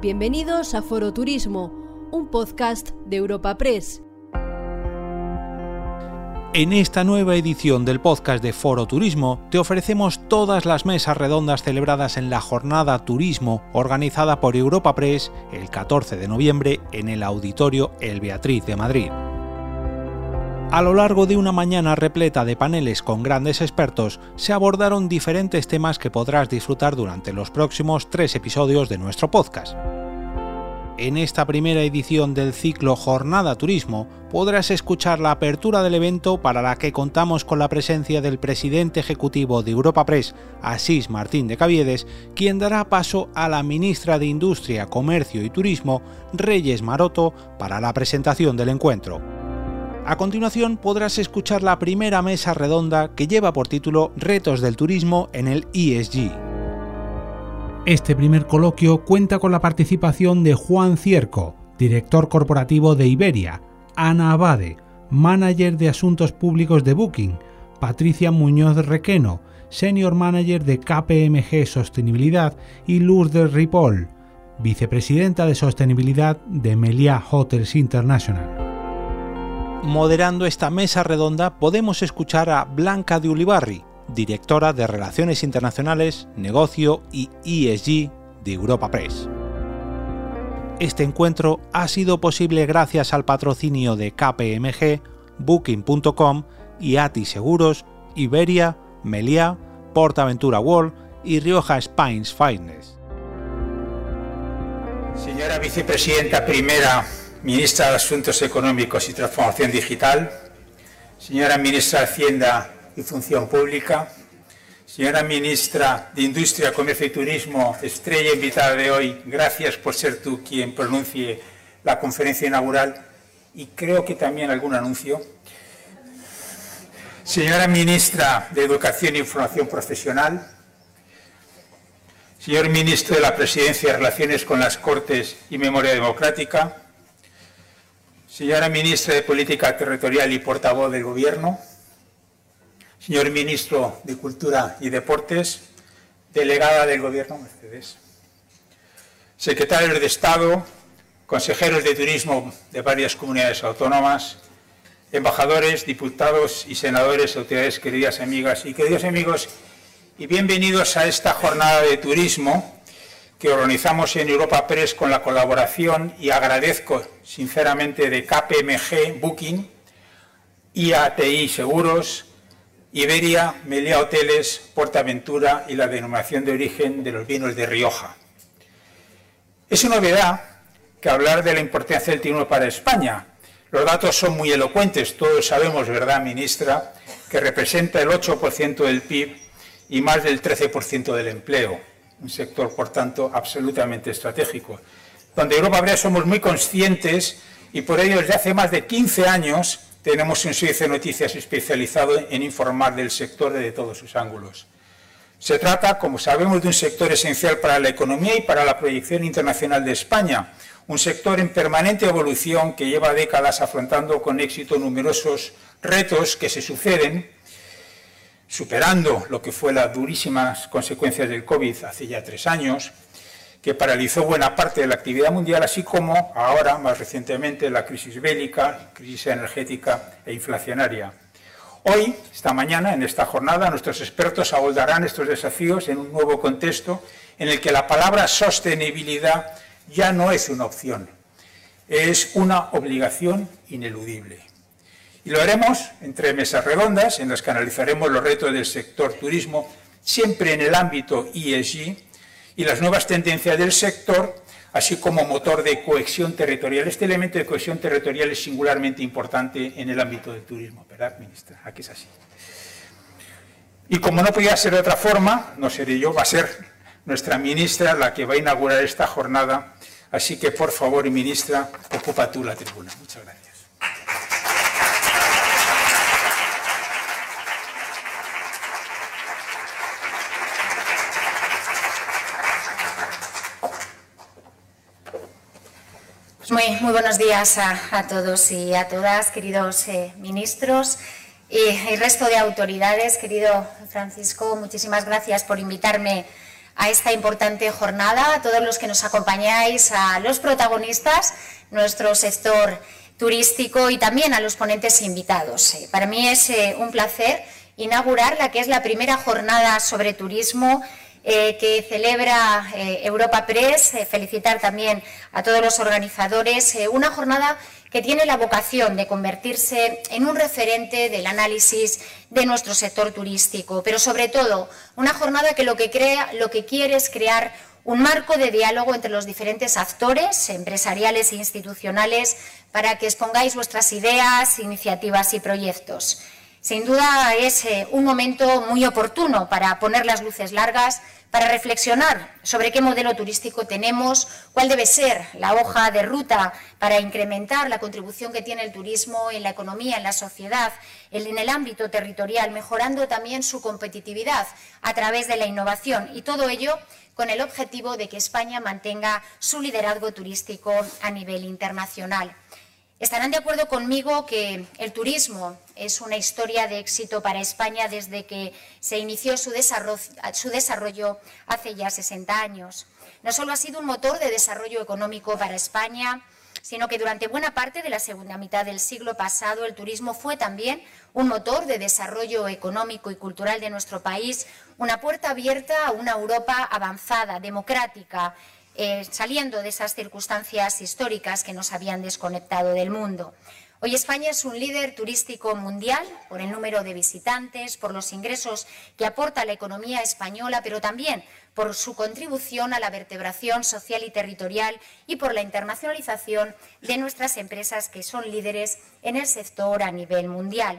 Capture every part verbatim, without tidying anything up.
Bienvenidos a Foro Turismo, un podcast de Europa Press. En esta nueva edición del podcast de Foro Turismo te ofrecemos todas las mesas redondas celebradas en la Jornada Turismo organizada por Europa Press el catorce de noviembre en el Auditorio El Beatriz de Madrid. A lo largo de una mañana repleta de paneles con grandes expertos, se abordaron diferentes temas que podrás disfrutar durante los próximos tres episodios de nuestro podcast. En esta primera edición del ciclo Jornada Turismo podrás escuchar la apertura del evento, para la que contamos con la presencia del presidente ejecutivo de Europa Press, Asís Martín de Caviedes, quien dará paso a la ministra de Industria, Comercio y Turismo, Reyes Maroto, para la presentación del encuentro. A continuación podrás escuchar la primera mesa redonda, que lleva por título Retos del turismo en el E S G. Este primer coloquio cuenta con la participación de Juan Cierco, director corporativo de Iberia, Ana Abade, manager de asuntos públicos de Booking, Patricia Muñoz Requeno, senior manager de K P M G Sostenibilidad, y Lourdes Ripoll, vicepresidenta de sostenibilidad de Meliá Hotels International. Moderando esta mesa redonda podemos escuchar a Blanca de Ulibarri, directora de Relaciones Internacionales, Negocio y E S G de Europa Press. Este encuentro ha sido posible gracias al patrocinio de K P M G, Booking punto com, I A T I Seguros, Iberia, Meliá, PortAventura World y Rioja Spines Fitness. Señora Vicepresidenta Primera, Ministra de Asuntos Económicos y Transformación Digital, señora Ministra de Hacienda y Función Pública, señora Ministra de Industria, Comercio y Turismo, estrella invitada de hoy, gracias por ser tú quien pronuncie la conferencia inaugural y creo que también algún anuncio. Señora Ministra de Educación y Formación Profesional, señor Ministro de la Presidencia de Relaciones con las Cortes y Memoria Democrática, señora Ministra de Política Territorial y portavoz del Gobierno, señor Ministro de Cultura y Deportes, delegada del Gobierno, Mercedes, secretarios de Estado, consejeros de Turismo de varias comunidades autónomas, embajadores, diputados y senadores, autoridades, queridas amigas y queridos amigos, y bienvenidos a esta jornada de turismo que organizamos en Europa Press con la colaboración, y agradezco sinceramente, de K P M G, Booking, I A T I Seguros, Iberia, Meliá Hoteles, PortAventura y la denominación de origen de los vinos de Rioja. Es una novedad que hablar de la importancia del turismo para España. Los datos son muy elocuentes, todos sabemos, ¿verdad, ministra?, que representa el ocho por ciento del P I B y más del trece por ciento del empleo. Un sector, por tanto, absolutamente estratégico, donde Europa Press somos muy conscientes y por ello desde hace más de quince años tenemos un servicio de noticias especializado en informar del sector desde todos sus ángulos. Se trata, como sabemos, de un sector esencial para la economía y para la proyección internacional de España, un sector en permanente evolución que lleva décadas afrontando con éxito numerosos retos que se suceden, superando lo que fue las durísimas consecuencias del COVID hace ya tres años, que paralizó buena parte de la actividad mundial, así como ahora, más recientemente, la crisis bélica, crisis energética e inflacionaria. Hoy, esta mañana, en esta jornada, nuestros expertos abordarán estos desafíos en un nuevo contexto en el que la palabra sostenibilidad ya no es una opción, es una obligación ineludible. Y lo haremos entre mesas redondas en las que analizaremos los retos del sector turismo, siempre en el ámbito E S G, y las nuevas tendencias del sector, así como motor de cohesión territorial. Este elemento de cohesión territorial es singularmente importante en el ámbito del turismo, ¿verdad, ministra? Aquí es así. Y como no podía ser de otra forma, no seré yo, va a ser nuestra ministra la que va a inaugurar esta jornada. Así que, por favor, ministra, ocupa tú la tribuna. Muchas gracias. Muy, muy buenos días a, a todos y a todas, queridos eh, ministros y el resto de autoridades. Querido Francisco, muchísimas gracias por invitarme a esta importante jornada, a todos los que nos acompañáis, a los protagonistas, nuestro sector turístico y también a los ponentes invitados. Para mí es un placer inaugurar la que es la primera jornada sobre turismo eh, que celebra eh, Europa Press, eh, felicitar también a todos los organizadores, eh, una jornada que tiene la vocación de convertirse en un referente del análisis de nuestro sector turístico, pero sobre todo una jornada que lo que, crea, lo que quiere es crear un marco de diálogo entre los diferentes actores empresariales e institucionales para que expongáis vuestras ideas, iniciativas y proyectos. Sin duda es eh, un momento muy oportuno para poner las luces largas, para reflexionar sobre qué modelo turístico tenemos, cuál debe ser la hoja de ruta para incrementar la contribución que tiene el turismo en la economía, en la sociedad, en el ámbito territorial, mejorando también su competitividad a través de la innovación y todo ello con el objetivo de que España mantenga su liderazgo turístico a nivel internacional. Estarán de acuerdo conmigo que el turismo es una historia de éxito para España desde que se inició su desarrollo, su desarrollo hace ya sesenta años. No solo ha sido un motor de desarrollo económico para España, sino que durante buena parte de la segunda mitad del siglo pasado el turismo fue también un motor de desarrollo económico y cultural de nuestro país, una puerta abierta a una Europa avanzada, democrática, Eh, saliendo de esas circunstancias históricas que nos habían desconectado del mundo. Hoy España es un líder turístico mundial por el número de visitantes, por los ingresos que aporta la economía española, pero también por su contribución a la vertebración social y territorial y por la internacionalización de nuestras empresas que son líderes en el sector a nivel mundial.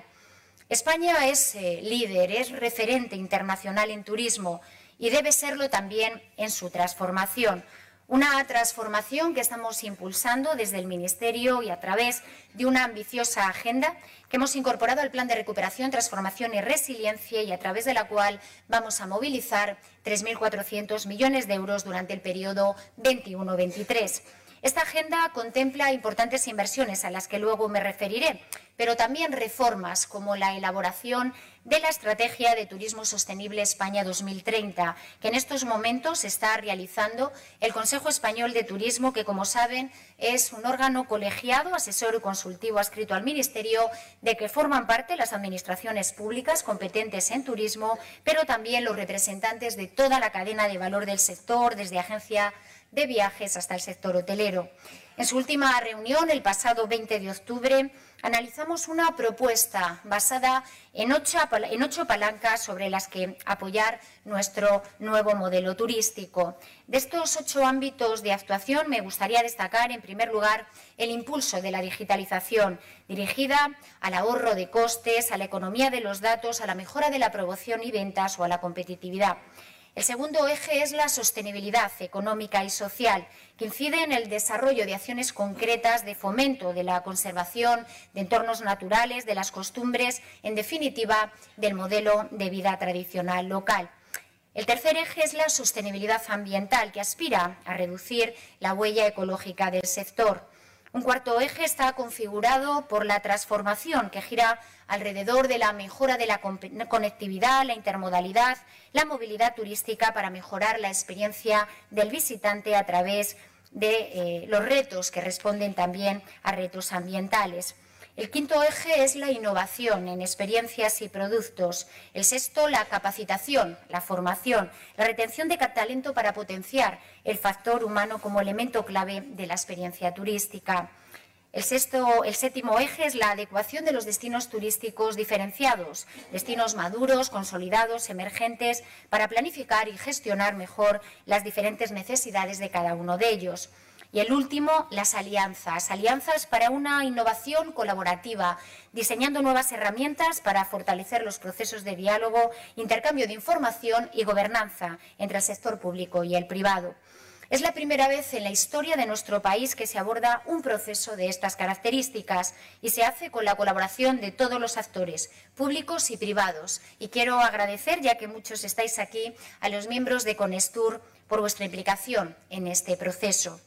España es eh, líder, es referente internacional en turismo y debe serlo también en su transformación. Una transformación que estamos impulsando desde el Ministerio y a través de una ambiciosa agenda que hemos incorporado al Plan de Recuperación, Transformación y Resiliencia y a través de la cual vamos a movilizar tres mil cuatrocientos millones de euros durante el periodo veintiuno veintitrés. Esta agenda contempla importantes inversiones a las que luego me referiré, pero también reformas como la elaboración de la Estrategia de Turismo Sostenible España dos mil treinta, que en estos momentos está realizando el Consejo Español de Turismo, que, como saben, es un órgano colegiado, asesor y consultivo adscrito al Ministerio, de que forman parte las administraciones públicas competentes en turismo, pero también los representantes de toda la cadena de valor del sector, desde agencia de viajes hasta el sector hotelero. En su última reunión, el pasado veinte de octubre, analizamos una propuesta basada en ocho, en ocho palancas sobre las que apoyar nuestro nuevo modelo turístico. De estos ocho ámbitos de actuación me gustaría destacar, en primer lugar, el impulso de la digitalización, dirigida al ahorro de costes, a la economía de los datos, a la mejora de la promoción y ventas o a la competitividad. El segundo eje es la sostenibilidad económica y social, que incide en el desarrollo de acciones concretas de fomento de la conservación de entornos naturales, de las costumbres, en definitiva, del modelo de vida tradicional local. El tercer eje es la sostenibilidad ambiental, que aspira a reducir la huella ecológica del sector. Un cuarto eje está configurado por la transformación, que gira alrededor de la mejora de la conectividad, la intermodalidad, la movilidad turística para mejorar la experiencia del visitante a través de eh, los retos que responden también a retos ambientales. El quinto eje es la innovación en experiencias y productos. El sexto, la capacitación, la formación, la retención de talento para potenciar el factor humano como elemento clave de la experiencia turística. El, sexto, el séptimo eje es la adecuación de los destinos turísticos diferenciados, destinos maduros, consolidados, emergentes, para planificar y gestionar mejor las diferentes necesidades de cada uno de ellos. Y el último, las alianzas, alianzas para una innovación colaborativa, diseñando nuevas herramientas para fortalecer los procesos de diálogo, intercambio de información y gobernanza entre el sector público y el privado. Es la primera vez en la historia de nuestro país que se aborda un proceso de estas características y se hace con la colaboración de todos los actores, públicos y privados. Y quiero agradecer, ya que muchos estáis aquí, a los miembros de Conestur por vuestra implicación en este proceso.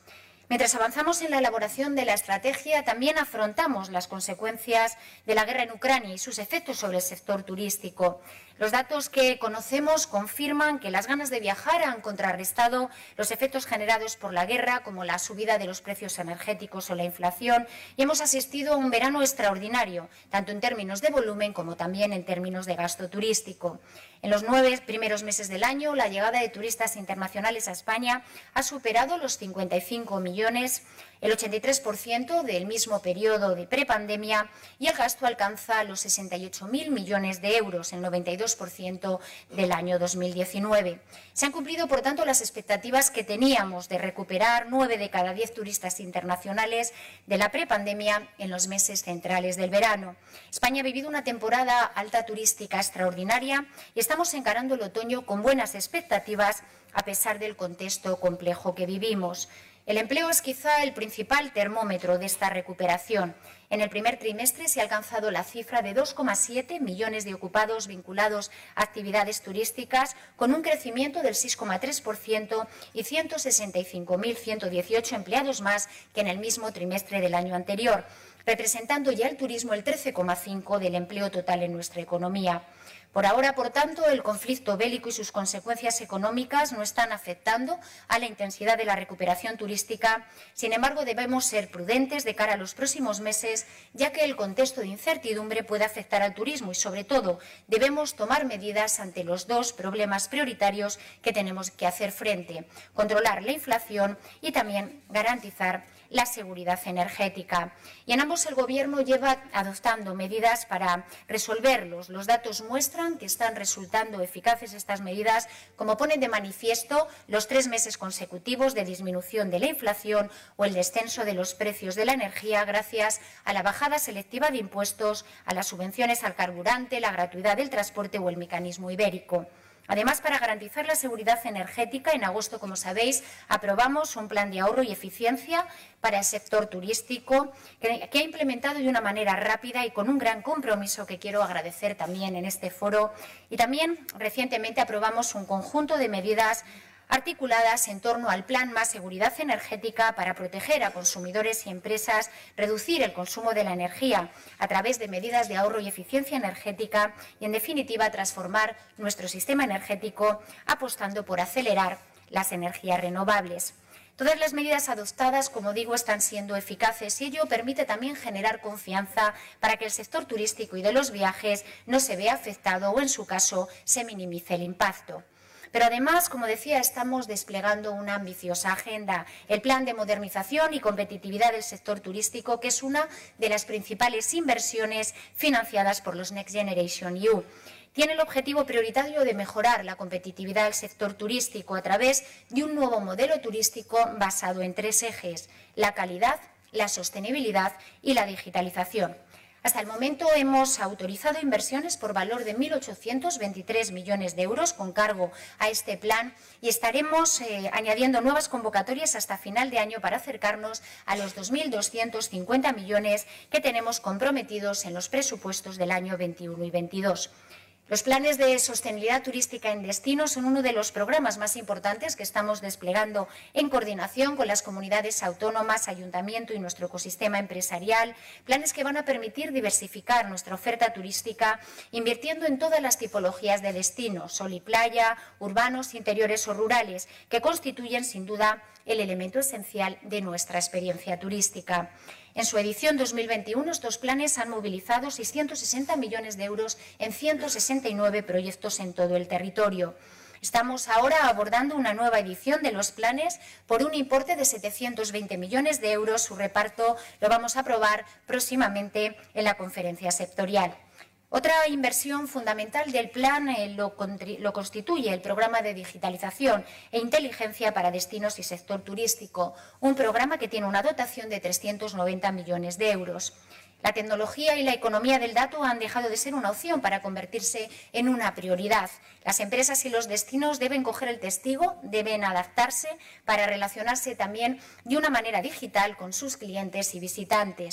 Mientras avanzamos en la elaboración de la estrategia, también afrontamos las consecuencias de la guerra en Ucrania y sus efectos sobre el sector turístico. Los datos que conocemos confirman que las ganas de viajar han contrarrestado los efectos generados por la guerra, como la subida de los precios energéticos o la inflación, y hemos asistido a un verano extraordinario, tanto en términos de volumen como también en términos de gasto turístico. En los nueve primeros meses del año, la llegada de turistas internacionales a España ha superado los cincuenta y cinco millones, el ochenta y tres por ciento del mismo periodo de prepandemia, y el gasto alcanza los sesenta y ocho mil millones de euros, el noventa y dos por ciento del año dos mil diecinueve. Se han cumplido, por tanto, las expectativas que teníamos de recuperar nueve de cada diez turistas internacionales de la prepandemia en los meses centrales del verano. España ha vivido una temporada alta turística extraordinaria y estamos encarando el otoño con buenas expectativas a pesar del contexto complejo que vivimos. El empleo es quizá el principal termómetro de esta recuperación. En el primer trimestre se ha alcanzado la cifra de dos coma siete millones de ocupados vinculados a actividades turísticas, con un crecimiento del seis coma tres por ciento y ciento sesenta y cinco mil ciento dieciocho empleados más que en el mismo trimestre del año anterior, representando ya el turismo el trece coma cinco por ciento del empleo total en nuestra economía. Por ahora, por tanto, el conflicto bélico y sus consecuencias económicas no están afectando a la intensidad de la recuperación turística. Sin embargo, debemos ser prudentes de cara a los próximos meses, ya que el contexto de incertidumbre puede afectar al turismo y, sobre todo, debemos tomar medidas ante los dos problemas prioritarios que tenemos que hacer frente: controlar la inflación y también garantizar la seguridad energética. Y en ambos el Gobierno lleva adoptando medidas para resolverlos. Los datos muestran que están resultando eficaces estas medidas, como ponen de manifiesto los tres meses consecutivos de disminución de la inflación o el descenso de los precios de la energía gracias a la bajada selectiva de impuestos, a las subvenciones al carburante, la gratuidad del transporte o el mecanismo ibérico. Además, para garantizar la seguridad energética, en agosto, como sabéis, aprobamos un plan de ahorro y eficiencia para el sector turístico que, que ha implementado de una manera rápida y con un gran compromiso que quiero agradecer también en este foro. Y también recientemente aprobamos un conjunto de medidas articuladas en torno al Plan Más Seguridad Energética para proteger a consumidores y empresas, reducir el consumo de la energía a través de medidas de ahorro y eficiencia energética y, en definitiva, transformar nuestro sistema energético apostando por acelerar las energías renovables. Todas las medidas adoptadas, como digo, están siendo eficaces y ello permite también generar confianza para que el sector turístico y de los viajes no se vea afectado o, en su caso, se minimice el impacto. Pero además, como decía, estamos desplegando una ambiciosa agenda, el Plan de Modernización y Competitividad del Sector Turístico, que es una de las principales inversiones financiadas por los Next Generation E U. Tiene el objetivo prioritario de mejorar la competitividad del sector turístico a través de un nuevo modelo turístico basado en tres ejes: la calidad, la sostenibilidad y la digitalización. Hasta el momento hemos autorizado inversiones por valor de mil ochocientos veintitrés millones de euros con cargo a este plan y estaremos eh, añadiendo nuevas convocatorias hasta final de año para acercarnos a los dos mil doscientos cincuenta millones que tenemos comprometidos en los presupuestos del año veintiuno y veintidós. Los planes de sostenibilidad turística en destino son uno de los programas más importantes que estamos desplegando en coordinación con las comunidades autónomas, ayuntamiento y nuestro ecosistema empresarial, planes que van a permitir diversificar nuestra oferta turística invirtiendo en todas las tipologías de destino, sol y playa, urbanos, interiores o rurales, que constituyen sin duda el elemento esencial de nuestra experiencia turística. En su edición dos mil veintiuno, estos planes han movilizado seiscientos sesenta millones de euros en ciento sesenta y nueve proyectos en todo el territorio. Estamos ahora abordando una nueva edición de los planes por un importe de setecientos veinte millones de euros. Su reparto lo vamos a aprobar próximamente en la conferencia sectorial. Otra inversión fundamental del plan eh, lo, lo constituye el programa de digitalización e inteligencia para destinos y sector turístico, un programa que tiene una dotación de trescientos noventa millones de euros. La tecnología y la economía del dato han dejado de ser una opción para convertirse en una prioridad. Las empresas y los destinos deben coger el testigo, deben adaptarse para relacionarse también de una manera digital con sus clientes y visitantes.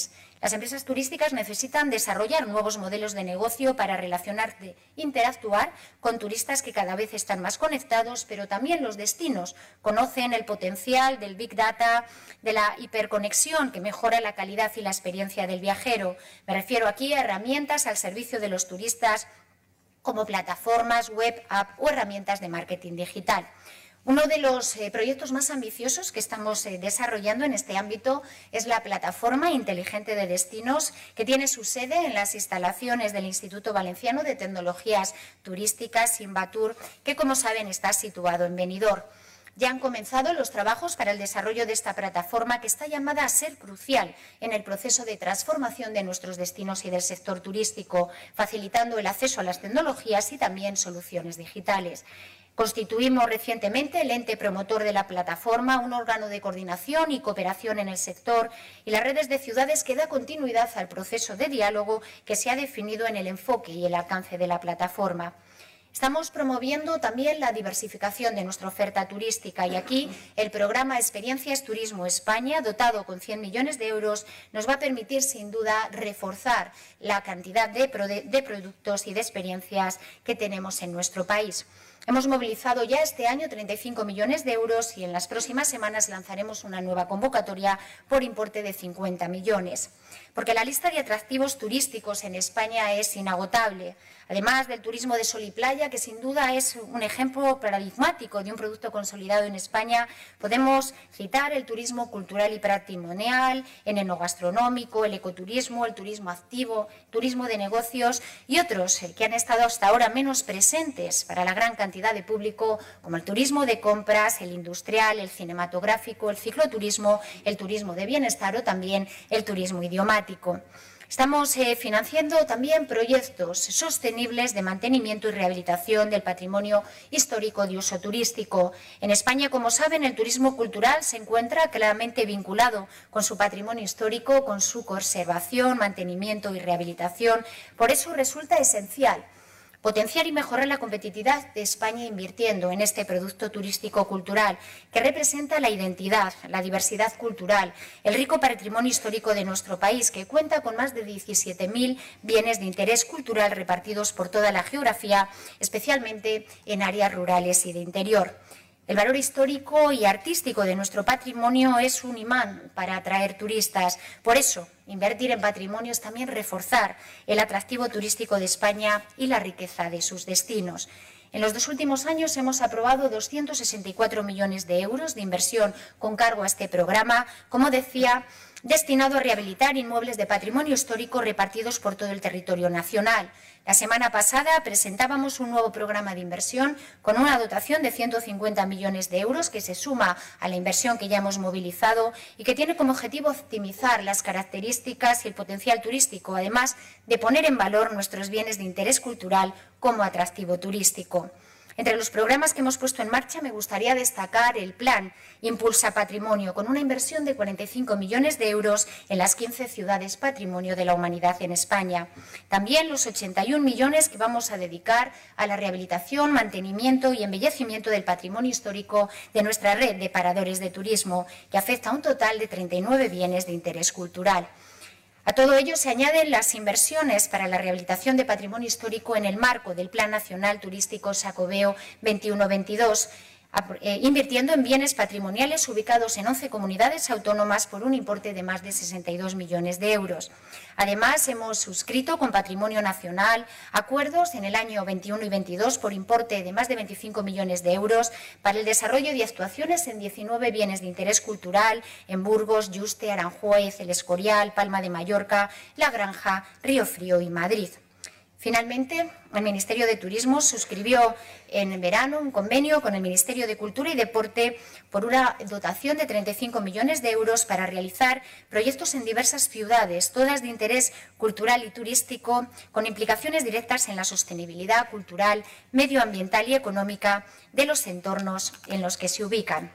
Las empresas turísticas necesitan desarrollar nuevos modelos de negocio para relacionarse, interactuar con turistas que cada vez están más conectados, pero también los destinos conocen el potencial del Big Data, de la hiperconexión que mejora la calidad y la experiencia del viajero. Me refiero aquí a herramientas al servicio de los turistas como plataformas, web, app o herramientas de marketing digital. Uno de los eh, proyectos más ambiciosos que estamos eh, desarrollando en este ámbito es la plataforma inteligente de destinos, que tiene su sede en las instalaciones del Instituto Valenciano de Tecnologías Turísticas, Invatur, que, como saben, está situado en Benidorm. Ya han comenzado los trabajos para el desarrollo de esta plataforma, que está llamada a ser crucial en el proceso de transformación de nuestros destinos y del sector turístico, facilitando el acceso a las tecnologías y también soluciones digitales. Constituimos recientemente el ente promotor de la plataforma, un órgano de coordinación y cooperación en el sector, y las redes de ciudades que da continuidad al proceso de diálogo que se ha definido en el enfoque y el alcance de la plataforma. Estamos promoviendo también la diversificación de nuestra oferta turística, y aquí el programa Experiencias Turismo España, dotado con cien millones de euros, nos va a permitir sin duda reforzar la cantidad de, de productos y de experiencias que tenemos en nuestro país. Hemos movilizado ya este año treinta y cinco millones de euros y en las próximas semanas lanzaremos una nueva convocatoria por importe de cincuenta millones. Porque la lista de atractivos turísticos en España es inagotable. Además del turismo de sol y playa, que sin duda es un ejemplo paradigmático de un producto consolidado en España, podemos citar el turismo cultural y patrimonial, el enogastronómico, el ecoturismo, el turismo activo, turismo de negocios y otros que han estado hasta ahora menos presentes para la gran cantidad de público, como el turismo de compras, el industrial, el cinematográfico, el cicloturismo, el turismo de bienestar o también el turismo idiomático. Estamos eh, financiando también proyectos sostenibles de mantenimiento y rehabilitación del patrimonio histórico de uso turístico. En España, como saben, el turismo cultural se encuentra claramente vinculado con su patrimonio histórico, con su conservación, mantenimiento y rehabilitación. Por eso resulta esencial potenciar y mejorar la competitividad de España invirtiendo en este producto turístico cultural que representa la identidad, la diversidad cultural, el rico patrimonio histórico de nuestro país, que cuenta con más de diecisiete mil bienes de interés cultural repartidos por toda la geografía, especialmente en áreas rurales y de interior. El valor histórico y artístico de nuestro patrimonio es un imán para atraer turistas. Por eso, invertir en patrimonio es también reforzar el atractivo turístico de España y la riqueza de sus destinos. En los dos últimos años hemos aprobado doscientos sesenta y cuatro millones de euros de inversión con cargo a este programa, como decía, destinado a rehabilitar inmuebles de patrimonio histórico repartidos por todo el territorio nacional. La semana pasada presentábamos un nuevo programa de inversión con una dotación de ciento cincuenta millones de euros que se suma a la inversión que ya hemos movilizado y que tiene como objetivo optimizar las características y el potencial turístico, además de poner en valor nuestros bienes de interés cultural como atractivo turístico. Entre los programas que hemos puesto en marcha me gustaría destacar el Plan Impulsa Patrimonio, con una inversión de cuarenta y cinco millones de euros en las quince ciudades Patrimonio de la Humanidad en España. También los ochenta y un millones que vamos a dedicar a la rehabilitación, mantenimiento y embellecimiento del patrimonio histórico de nuestra red de paradores de turismo, que afecta a un total de treinta y nueve bienes de interés cultural. A todo ello se añaden las inversiones para la rehabilitación de patrimonio histórico en el marco del Plan Nacional Turístico Xacobeo veintiuno veintidós, eh, invirtiendo en bienes patrimoniales ubicados en once comunidades autónomas por un importe de más de sesenta y dos millones de euros. Además, hemos suscrito con Patrimonio Nacional acuerdos en el año veintiuno y veintidós por importe de más de veinticinco millones de euros para el desarrollo de actuaciones en diecinueve bienes de interés cultural en Burgos, Yuste, Aranjuez, El Escorial, Palma de Mallorca, La Granja, Río Frío y Madrid. Finalmente, el Ministerio de Turismo suscribió en verano un convenio con el Ministerio de Cultura y Deporte por una dotación de treinta y cinco millones de euros para realizar proyectos en diversas ciudades, todas de interés cultural y turístico, con implicaciones directas en la sostenibilidad cultural, medioambiental y económica de los entornos en los que se ubican.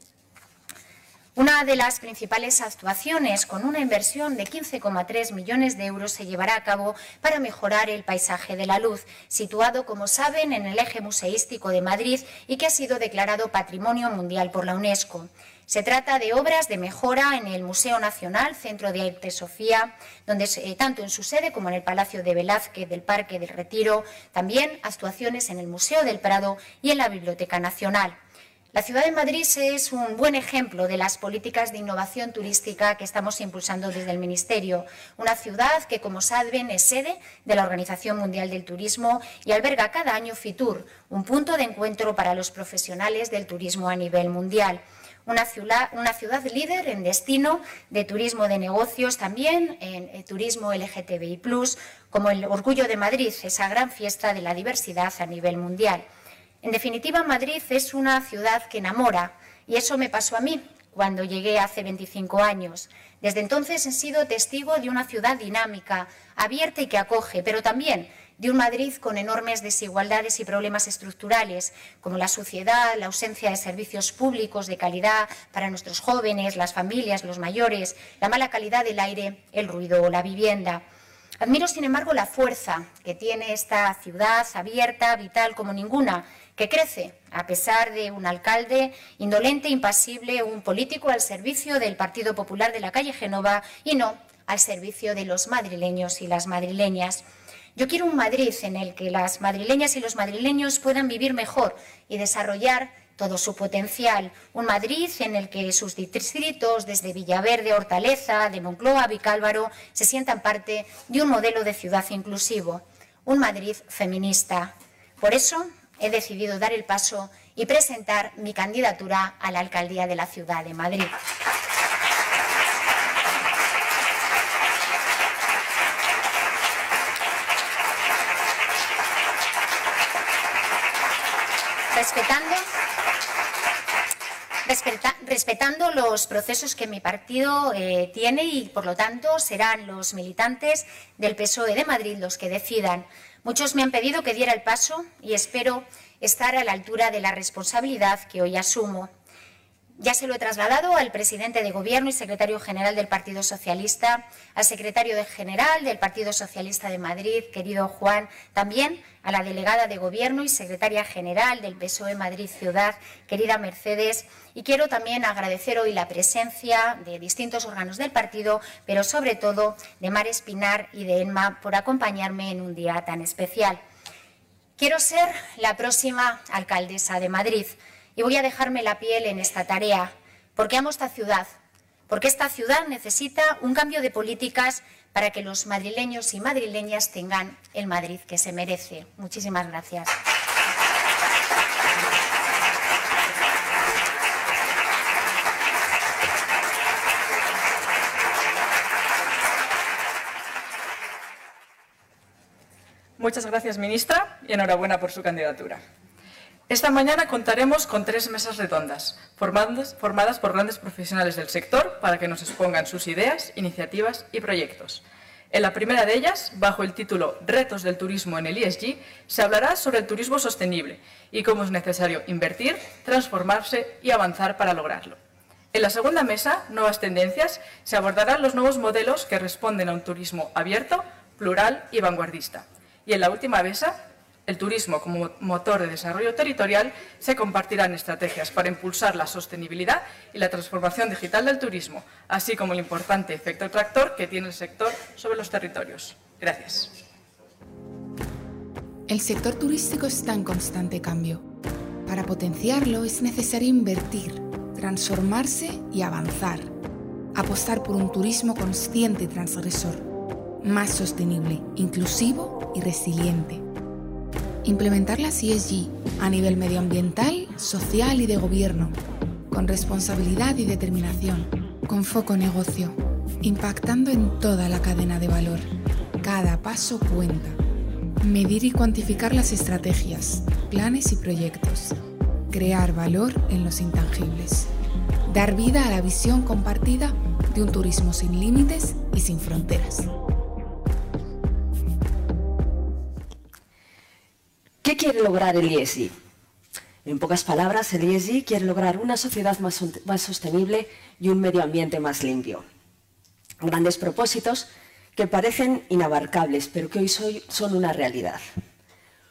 Una de las principales actuaciones, con una inversión de quince coma tres millones de euros, se llevará a cabo para mejorar el paisaje de la luz, situado, como saben, en el eje museístico de Madrid y que ha sido declarado Patrimonio Mundial por la UNESCO. Se trata de obras de mejora en el Museo Nacional, Centro de Arte Sofía, donde eh, tanto en su sede como en el Palacio de Velázquez del Parque del Retiro, también actuaciones en el Museo del Prado y en la Biblioteca Nacional. La ciudad de Madrid es un buen ejemplo de las políticas de innovación turística que estamos impulsando desde el Ministerio. Una ciudad que, como saben, es sede de la Organización Mundial del Turismo y alberga cada año FITUR, un punto de encuentro para los profesionales del turismo a nivel mundial. Una ciudad, una ciudad líder en destino de turismo de negocios, también en, en turismo L G T B I plus, como el Orgullo de Madrid, esa gran fiesta de la diversidad a nivel mundial. En definitiva, Madrid es una ciudad que enamora, y eso me pasó a mí cuando llegué hace veinticinco años. Desde entonces he sido testigo de una ciudad dinámica, abierta y que acoge, pero también de un Madrid con enormes desigualdades y problemas estructurales, como la suciedad, la ausencia de servicios públicos de calidad para nuestros jóvenes, las familias, los mayores, la mala calidad del aire, el ruido o la vivienda. Admiro, sin embargo, la fuerza que tiene esta ciudad abierta, vital como ninguna, que crece a pesar de un alcalde indolente, impasible, un político al servicio del Partido Popular de la calle Génova y no al servicio de los madrileños y las madrileñas. Yo quiero un Madrid en el que las madrileñas y los madrileños puedan vivir mejor y desarrollar todo su potencial. Un Madrid en el que sus distritos, desde Villaverde, Hortaleza, de Moncloa a Vicálvaro, se sientan parte de un modelo de ciudad inclusivo. Un Madrid feminista. Por eso he decidido dar el paso y presentar mi candidatura a la alcaldía de la ciudad de Madrid. Respetando, respeta, respetando los procesos que mi partido eh, tiene y, por lo tanto, serán los militantes del P S O E de Madrid los que decidan. Muchos me han pedido que diera el paso y espero estar a la altura de la responsabilidad que hoy asumo. Ya se lo he trasladado al presidente de Gobierno y secretario general del Partido Socialista, al secretario general del Partido Socialista de Madrid, querido Juan, también a la delegada de Gobierno y secretaria general del P S O E Madrid Ciudad, querida Mercedes, y quiero también agradecer hoy la presencia de distintos órganos del partido, pero sobre todo de Mar Espinar y de Emma por acompañarme en un día tan especial. Quiero ser la próxima alcaldesa de Madrid. Y voy a dejarme la piel en esta tarea, porque amo esta ciudad, porque esta ciudad necesita un cambio de políticas para que los madrileños y madrileñas tengan el Madrid que se merece. Muchísimas gracias. Muchas gracias, ministra, y enhorabuena por su candidatura. Esta mañana contaremos con tres mesas redondas, formadas, formadas por grandes profesionales del sector para que nos expongan sus ideas, iniciativas y proyectos. En la primera de ellas, bajo el título Retos del turismo en el E S G, se hablará sobre el turismo sostenible y cómo es necesario invertir, transformarse y avanzar para lograrlo. En la segunda mesa, Nuevas Tendencias, se abordarán los nuevos modelos que responden a un turismo abierto, plural y vanguardista. Y en la última mesa, el turismo como motor de desarrollo territorial, se compartirán estrategias para impulsar la sostenibilidad y la transformación digital del turismo, así como el importante efecto tractor que tiene el sector sobre los territorios. Gracias. El sector turístico está en constante cambio. Para potenciarlo es necesario invertir, transformarse y avanzar. Apostar por un turismo consciente y transgresor, más sostenible, inclusivo y resiliente. Implementar las E S G a nivel medioambiental, social y de gobierno, con responsabilidad y determinación, con foco negocio, impactando en toda la cadena de valor. Cada paso cuenta. Medir y cuantificar las estrategias, planes y proyectos. Crear valor en los intangibles. Dar vida a la visión compartida de un turismo sin límites y sin fronteras. ¿Qué quiere lograr el E S G? En pocas palabras, el E S G quiere lograr una sociedad más, más sostenible y un medio ambiente más limpio. Grandes propósitos que parecen inabarcables, pero que hoy soy, son una realidad.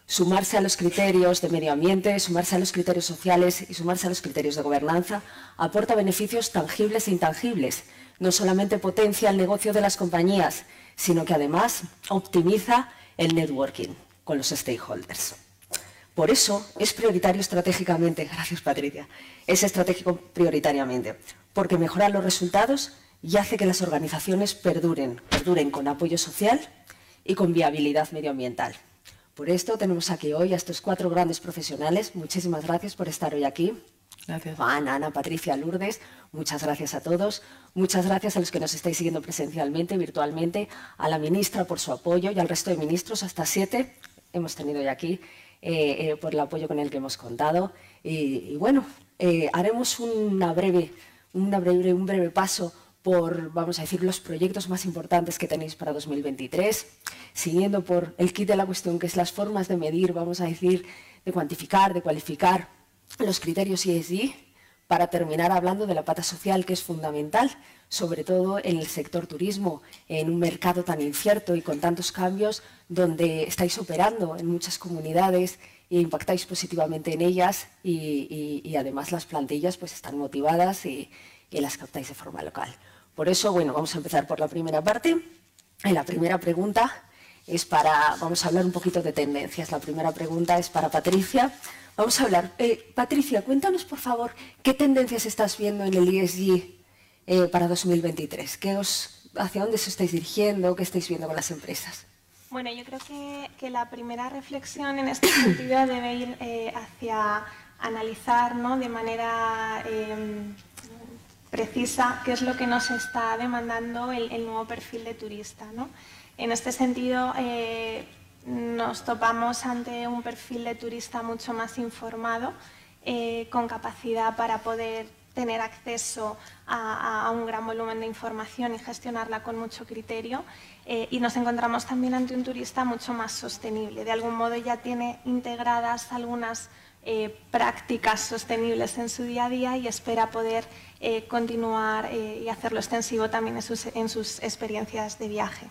Sumarse a los criterios de medio ambiente, sumarse a los criterios sociales y sumarse a los criterios de gobernanza aporta beneficios tangibles e intangibles. No solamente potencia el negocio de las compañías, sino que además optimiza el networking con los stakeholders. Por eso es prioritario estratégicamente, gracias Patricia, es estratégico prioritariamente, porque mejora los resultados y hace que las organizaciones perduren, perduren con apoyo social y con viabilidad medioambiental. Por esto tenemos aquí hoy a estos cuatro grandes profesionales. Muchísimas gracias por estar hoy aquí. Gracias. Juan, Ana, Patricia, Lourdes, muchas gracias a todos. Muchas gracias a los que nos estáis siguiendo presencialmente, virtualmente, a la ministra por su apoyo y al resto de ministros, hasta siete hemos tenido hoy aquí, eh, eh, por el apoyo con el que hemos contado. Y, y bueno, eh, haremos una breve, una breve, un breve paso por, vamos a decir, los proyectos más importantes que tenéis para dos mil veintitrés, siguiendo por el kit de la cuestión, que es las formas de medir, vamos a decir, de cuantificar, de cualificar los criterios E S G, para terminar hablando de la pata social, que es fundamental, sobre todo en el sector turismo, en un mercado tan incierto y con tantos cambios, donde estáis operando en muchas comunidades e impactáis positivamente en ellas y, y, y además las plantillas pues están motivadas y, y las captáis de forma local. Por eso, bueno, vamos a empezar por la primera parte. En la primera pregunta es para, vamos a hablar un poquito de tendencias. La primera pregunta es para Patricia. Vamos a hablar. Eh, Patricia, cuéntanos, por favor, ¿qué tendencias estás viendo en el E S G eh, para dos mil veintitrés? ¿Qué os, ¿Hacia dónde os estáis dirigiendo? ¿Qué estáis viendo con las empresas? Bueno, yo creo que, que la primera reflexión en este sentido debe ir eh, hacia analizar, ¿no?, de manera eh, precisa qué es lo que nos está demandando el, el nuevo perfil de turista, ¿no? En este sentido, eh, nos topamos ante un perfil de turista mucho más informado, eh, con capacidad para poder tener acceso a, a un gran volumen de información y gestionarla con mucho criterio, eh, y nos encontramos también ante un turista mucho más sostenible. De algún modo ya tiene integradas algunas eh, prácticas sostenibles en su día a día y espera poder eh, continuar eh, y hacerlo extensivo también en sus, en sus experiencias de viaje.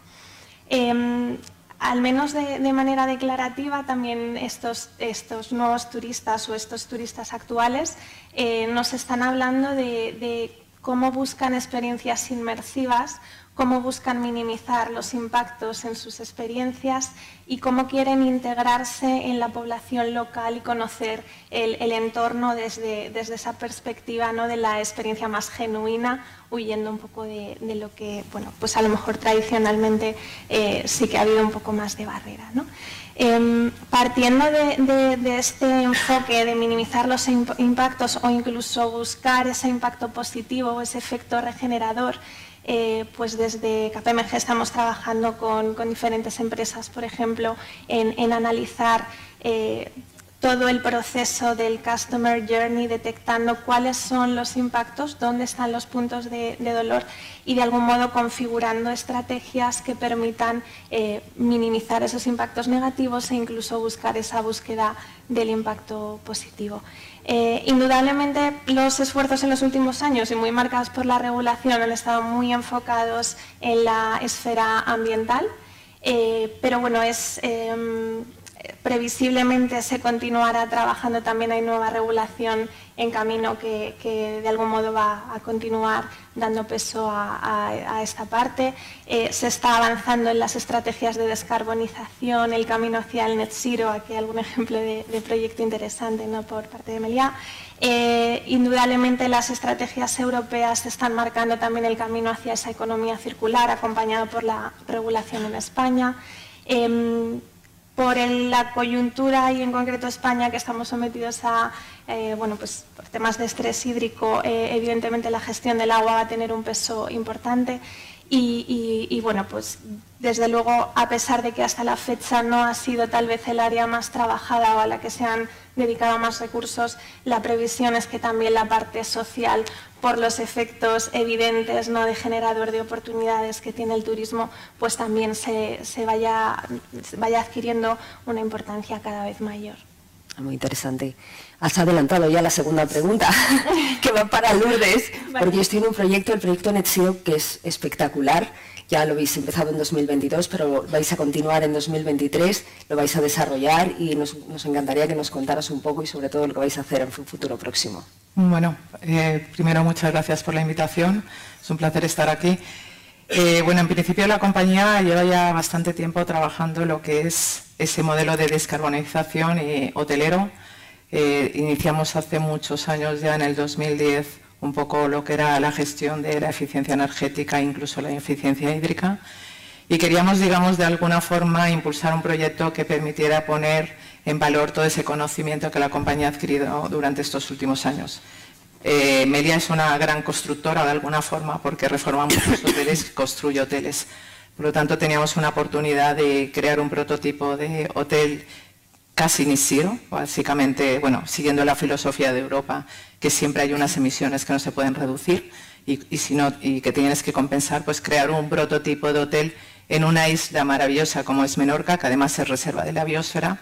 Eh, Al menos de, de manera declarativa, también estos, estos nuevos turistas o estos turistas actuales eh, nos están hablando de, de cómo buscan experiencias inmersivas, cómo buscan minimizar los impactos en sus experiencias y cómo quieren integrarse en la población local y conocer el, el entorno desde, desde esa perspectiva, ¿no?, de la experiencia más genuina, huyendo un poco de, de lo que, bueno, pues a lo mejor tradicionalmente eh, sí que ha habido un poco más de barrera, ¿no? Eh, partiendo de, de, de este enfoque de minimizar los impactos o incluso buscar ese impacto positivo o ese efecto regenerador, Eh, pues desde K P M G estamos trabajando con, con diferentes empresas, por ejemplo, en, en analizar eh, todo el proceso del Customer Journey, detectando cuáles son los impactos, dónde están los puntos de, de dolor y de algún modo configurando estrategias que permitan eh, minimizar esos impactos negativos e incluso buscar esa búsqueda del impacto positivo. Eh, indudablemente los esfuerzos en los últimos años y muy marcados por la regulación han estado muy enfocados en la esfera ambiental, eh, pero bueno, es, eh, previsiblemente se continuará trabajando, también hay nueva regulación en camino que, que de algún modo va a continuar dando peso a, a, a esta parte. Eh, se está avanzando en las estrategias de descarbonización, el camino hacia el net zero, aquí hay algún ejemplo de, de proyecto interesante, ¿no?, por parte de Meliá. Eh, indudablemente las estrategias europeas están marcando también el camino hacia esa economía circular, acompañado por la regulación en España. Eh, Por el, la coyuntura y en concreto España, que estamos sometidos a eh, bueno, pues, por temas de estrés hídrico, eh, evidentemente la gestión del agua va a tener un peso importante y, y, y bueno, pues desde luego, a pesar de que hasta la fecha no ha sido tal vez el área más trabajada o a la que se han dedicado más recursos, la previsión es que también la parte social, por los efectos evidentes, ¿no?, de generador de oportunidades que tiene el turismo, pues también se, se vaya, vaya adquiriendo una importancia cada vez mayor. Muy interesante. Has adelantado ya la segunda pregunta, que va para Lourdes, porque yo estoy en un proyecto, el proyecto Net Zero, que es espectacular. Ya lo habéis empezado en dos mil veintidós, pero vais a continuar en dos mil veintitrés, lo vais a desarrollar y nos, nos encantaría que nos contaras un poco y sobre todo lo que vais a hacer en un futuro próximo. Bueno, eh, primero muchas gracias por la invitación, es un placer estar aquí. Eh, bueno, en principio la compañía lleva ya bastante tiempo trabajando lo que es ese modelo de descarbonización y hotelero. Eh, iniciamos hace muchos años, ya en el dos mil diez, un poco lo que era la gestión de la eficiencia energética, incluso la eficiencia hídrica, y queríamos, digamos, de alguna forma impulsar un proyecto que permitiera poner en valor todo ese conocimiento que la compañía ha adquirido durante estos últimos años. Eh, Meliá es una gran constructora de alguna forma porque reforma muchos hoteles y construye hoteles. Por lo tanto, teníamos una oportunidad de crear un prototipo de hotel casi ni zero, básicamente, bueno, siguiendo la filosofía de Europa, que siempre hay unas emisiones que no se pueden reducir y, y, si no, y que tienes que compensar, pues crear un prototipo de hotel en una isla maravillosa como es Menorca, que además es reserva de la biosfera,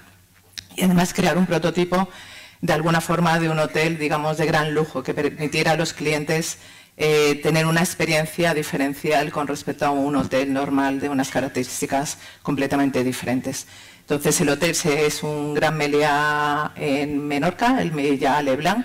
y además crear un prototipo de alguna forma de un hotel, digamos, de gran lujo, que permitiera a los clientes eh, tener una experiencia diferencial con respecto a un hotel normal de unas características completamente diferentes. Entonces, el hotel es un gran Meliá en Menorca, el Meliá Leblanc,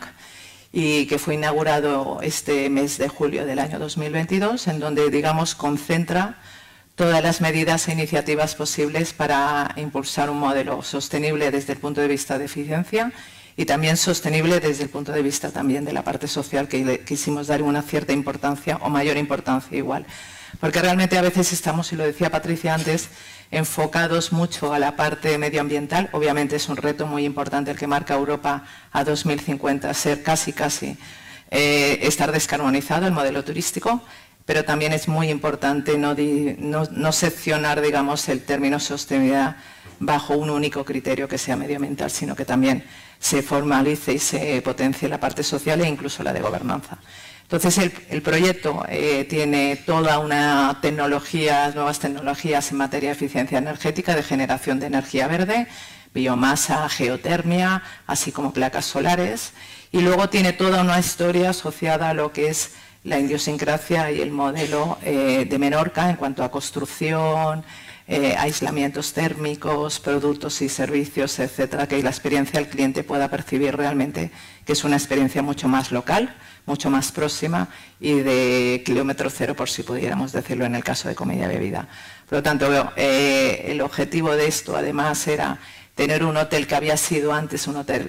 y que fue inaugurado este mes de julio del año dos mil veintidós, en donde, digamos, concentra todas las medidas e iniciativas posibles para impulsar un modelo sostenible desde el punto de vista de eficiencia y también sostenible desde el punto de vista también de la parte social, que le quisimos dar una cierta importancia o mayor importancia igual. Porque realmente a veces estamos, y lo decía Patricia antes, enfocados mucho a la parte medioambiental. Obviamente es un reto muy importante el que marca Europa a dos mil cincuenta, ser casi, casi, eh, estar descarbonizado el modelo turístico, pero también es muy importante no, di, no, no seccionar, digamos, el término sostenibilidad bajo un único criterio que sea medioambiental, sino que también se formalice y se potencie la parte social e incluso la de gobernanza. Entonces, el, el proyecto eh, tiene toda una tecnología, nuevas tecnologías en materia de eficiencia energética, de generación de energía verde, biomasa, geotermia, así como placas solares, y luego tiene toda una historia asociada a lo que es la idiosincrasia y el modelo eh, de Menorca en cuanto a construcción, Eh, aislamientos térmicos, productos y servicios, etcétera, que la experiencia del cliente pueda percibir realmente que es una experiencia mucho más local, mucho más próxima y de kilómetro cero, por si pudiéramos decirlo en el caso de comida y bebida. Por lo tanto, eh, el objetivo de esto además era tener un hotel que había sido antes un hotel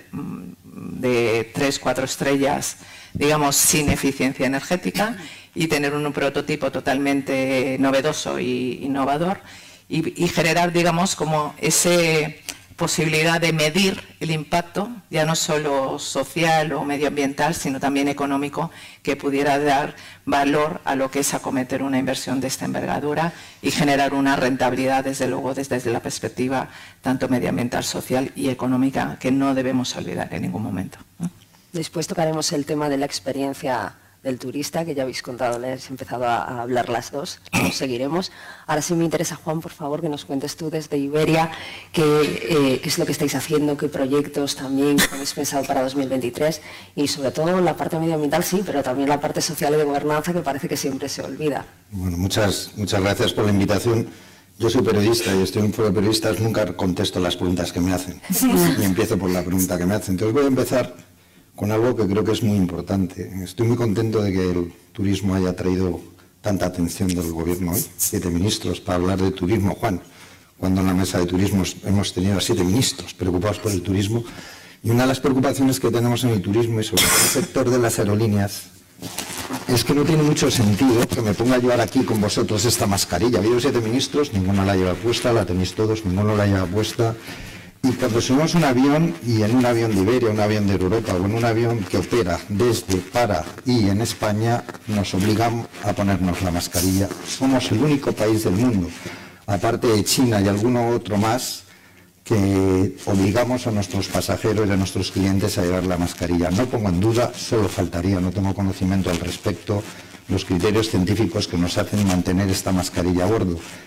de tres, cuatro estrellas, digamos, sin eficiencia energética, y tener un, un prototipo totalmente novedoso e innovador, Y, y generar, digamos, como esa posibilidad de medir el impacto, ya no solo social o medioambiental, sino también económico, que pudiera dar valor a lo que es acometer una inversión de esta envergadura y generar una rentabilidad, desde luego, desde, desde la perspectiva tanto medioambiental, social y económica, que no debemos olvidar en ningún momento. Después tocaremos el tema de la experiencia del turista, que ya habéis contado, le habéis empezado a, a hablar las dos, lo seguiremos. Ahora sí me interesa, Juan, por favor, que nos cuentes tú desde Iberia qué, eh, qué es lo que estáis haciendo, qué proyectos también habéis pensado para dos mil veintitrés y sobre todo la parte medioambiental, sí, pero también la parte social y de gobernanza, que parece que siempre se olvida. Bueno, muchas, muchas gracias por la invitación. Yo soy periodista y estoy en un foro de periodistas, nunca contesto las preguntas que me hacen y empiezo por la pregunta que me hacen. Entonces voy a empezar con algo que creo que es muy importante. Estoy muy contento de que el turismo haya traído tanta atención del gobierno hoy. Siete ministros para hablar de turismo, Juan, cuando en la mesa de turismo hemos tenido a siete ministros preocupados por el turismo. Y una de las preocupaciones que tenemos en el turismo y sobre todo en el sector de las aerolíneas es que no tiene mucho sentido que me ponga a llevar aquí con vosotros esta mascarilla. Ha habido siete ministros, ninguno la lleva puesta, la tenéis todos, ninguno la lleva puesta. Y cuando subimos un avión, y en un avión de Iberia, un avión de Europa, o en un avión que opera desde, para y en España, nos obligan a ponernos la mascarilla. Somos el único país del mundo, aparte de China y alguno otro más, que obligamos a nuestros pasajeros y a nuestros clientes a llevar la mascarilla. No pongo en duda, solo faltaría, no tengo conocimiento al respecto, los criterios científicos que nos hacen mantener esta mascarilla a bordo.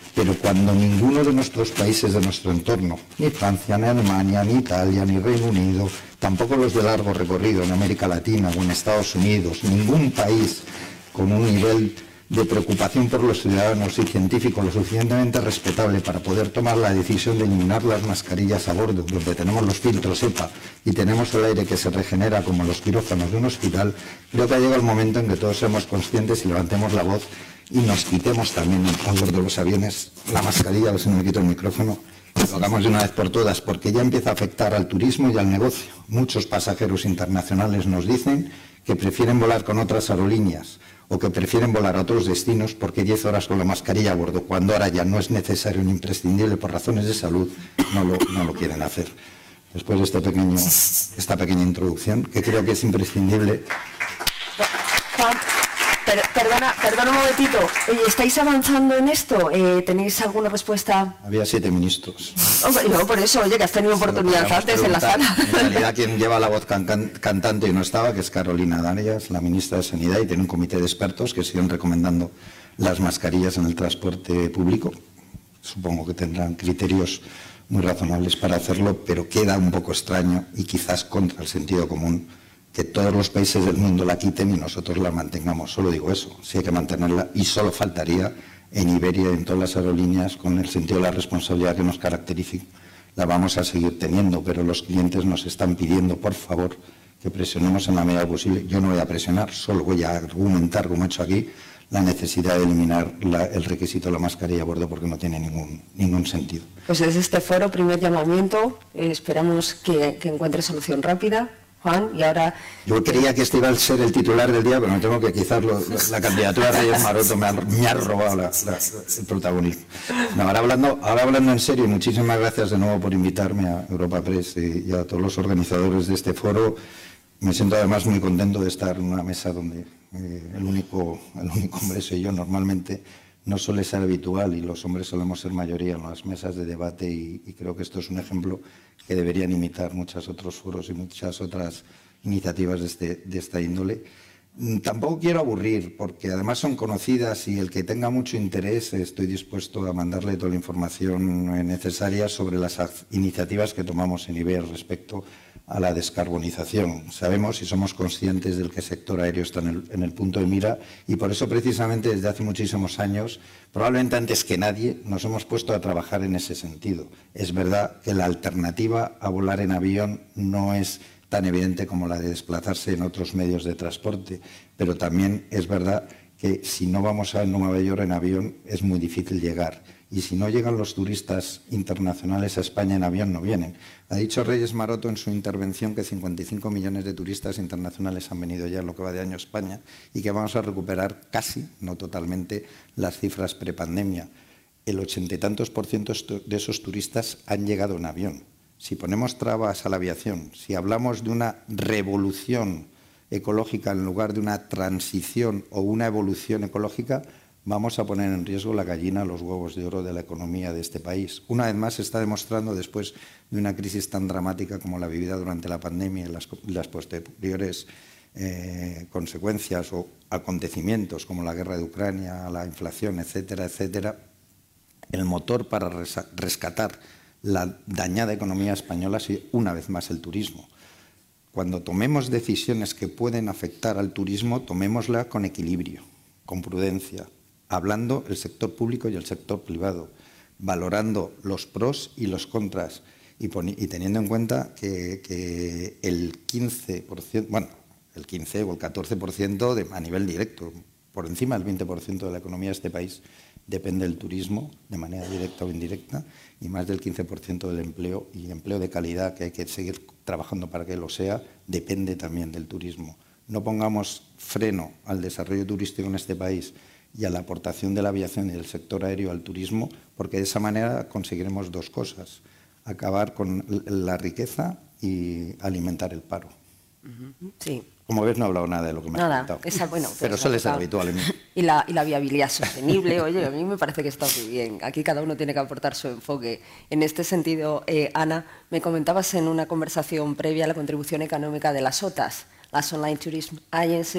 Pero cuando ninguno de nuestros países de nuestro entorno, ni Francia, ni Alemania, ni Italia, ni Reino Unido, tampoco los de largo recorrido en América Latina o en Estados Unidos, ningún país con un nivel de preocupación por los ciudadanos y científico lo suficientemente respetable para poder tomar la decisión de eliminar las mascarillas a bordo, donde tenemos los filtros EPA y tenemos el aire que se regenera como los quirófanos de un hospital, creo que ha llegado el momento en que todos seamos conscientes y levantemos la voz y nos quitemos también a bordo de los aviones la mascarilla, a ver si no me quito el micrófono, y lo hagamos de una vez por todas, porque ya empieza a afectar al turismo y al negocio. Muchos pasajeros internacionales nos dicen que prefieren volar con otras aerolíneas o que prefieren volar a otros destinos porque diez horas con la mascarilla a bordo, cuando ahora ya no es necesario ni imprescindible por razones de salud, no lo, no lo quieren hacer. Después de este pequeño, esta pequeña introducción, que creo que es imprescindible. Juan, per, perdona, perdona un momentito. Oye, ¿estáis avanzando en esto? Eh, ¿Tenéis alguna respuesta? Había siete ministros. Hombre, no, por eso, oye, que has tenido oportunidad antes en la sala. En realidad, quien lleva la voz can, can, cantante y no estaba, que es Carolina Darias, la ministra de Sanidad, y tiene un comité de expertos que siguen recomendando las mascarillas en el transporte público. Supongo que tendrán criterios muy razonables para hacerlo, pero queda un poco extraño y quizás contra el sentido común que todos los países del mundo la quiten y nosotros la mantengamos. Solo digo eso, sí hay que mantenerla, y solo faltaría en Iberia y en todas las aerolíneas, con el sentido de la responsabilidad que nos caracteriza, la vamos a seguir teniendo, pero los clientes nos están pidiendo, por favor, que presionemos en la medida posible. Yo no voy a presionar, solo voy a argumentar, como he hecho aquí, la necesidad de eliminar la, el requisito de la mascarilla a bordo, porque no tiene ningún, ningún sentido. Pues desde este foro, primer llamamiento, eh, esperamos que, que encuentre solución rápida. Juan, y ahora... Yo creía que este iba a ser el titular del día, pero me temo que quizás lo, la candidatura de Reyes Maroto me ha, me ha robado la, la, el protagonismo. No, ahora, hablando, ahora hablando en serio, muchísimas gracias de nuevo por invitarme a Europa Press y, y a todos los organizadores de este foro. Me siento además muy contento de estar en una mesa donde eh, el, único, el único hombre soy yo. Normalmente no suele ser habitual y los hombres solemos ser mayoría en las mesas de debate, y, y creo que esto es un ejemplo que deberían imitar muchos otros foros y muchas otras iniciativas de, este, de esta índole. Tampoco quiero aburrir, porque además son conocidas, y el que tenga mucho interés estoy dispuesto a mandarle toda la información necesaria sobre las iniciativas que tomamos en I B E R respecto a la descarbonización. Sabemos y somos conscientes del que el sector aéreo está en el, en el punto de mira, y por eso precisamente desde hace muchísimos años, probablemente antes que nadie, nos hemos puesto a trabajar en ese sentido. Es verdad que la alternativa a volar en avión no es tan evidente como la de desplazarse en otros medios de transporte, pero también es verdad que si no vamos a Nueva York en avión es muy difícil llegar, y si no llegan los turistas internacionales a España en avión, no vienen. Ha dicho Reyes Maroto en su intervención que cincuenta y cinco millones de turistas internacionales han venido ya en lo que va de año a España, y que vamos a recuperar casi, no totalmente, las cifras prepandemia. El ochenta y tantos por ciento de esos turistas han llegado en avión. Si ponemos trabas a la aviación, si hablamos de una revolución ecológica en lugar de una transición o una evolución ecológica, vamos a poner en riesgo la gallina, los huevos de oro de la economía de este país. Una vez más se está demostrando, después de una crisis tan dramática como la vivida durante la pandemia y las, las posteriores eh, consecuencias o acontecimientos como la guerra de Ucrania, la inflación, etcétera, etcétera, el motor para rescatar la dañada economía española ha sido una vez más el turismo. Cuando tomemos decisiones que pueden afectar al turismo, tomémosla con equilibrio, con prudencia, hablando el sector público y el sector privado, valorando los pros y los contras, y, y teniendo en cuenta que, que el quince por ciento, bueno, el quince o el catorce por ciento de, a nivel directo, por encima del veinte por ciento de la economía de este país, depende del turismo, de manera directa o indirecta, y más del quince por ciento del empleo, y empleo de calidad, que hay que seguir trabajando para que lo sea, depende también del turismo. No pongamos freno al desarrollo turístico en este país y a la aportación de la aviación y del sector aéreo al turismo, porque de esa manera conseguiremos dos cosas: acabar con la riqueza y alimentar el paro. Sí. Como ves, no he hablado nada de lo que me nada, has contado. Esa, bueno, pero suele ser habitual en mí. Y la, y la viabilidad sostenible, oye, a mí me parece que está muy bien. Aquí cada uno tiene que aportar su enfoque. En este sentido, eh, Ana, me comentabas en una conversación previa la contribución económica de las O T As, las Online Tourism Agencies,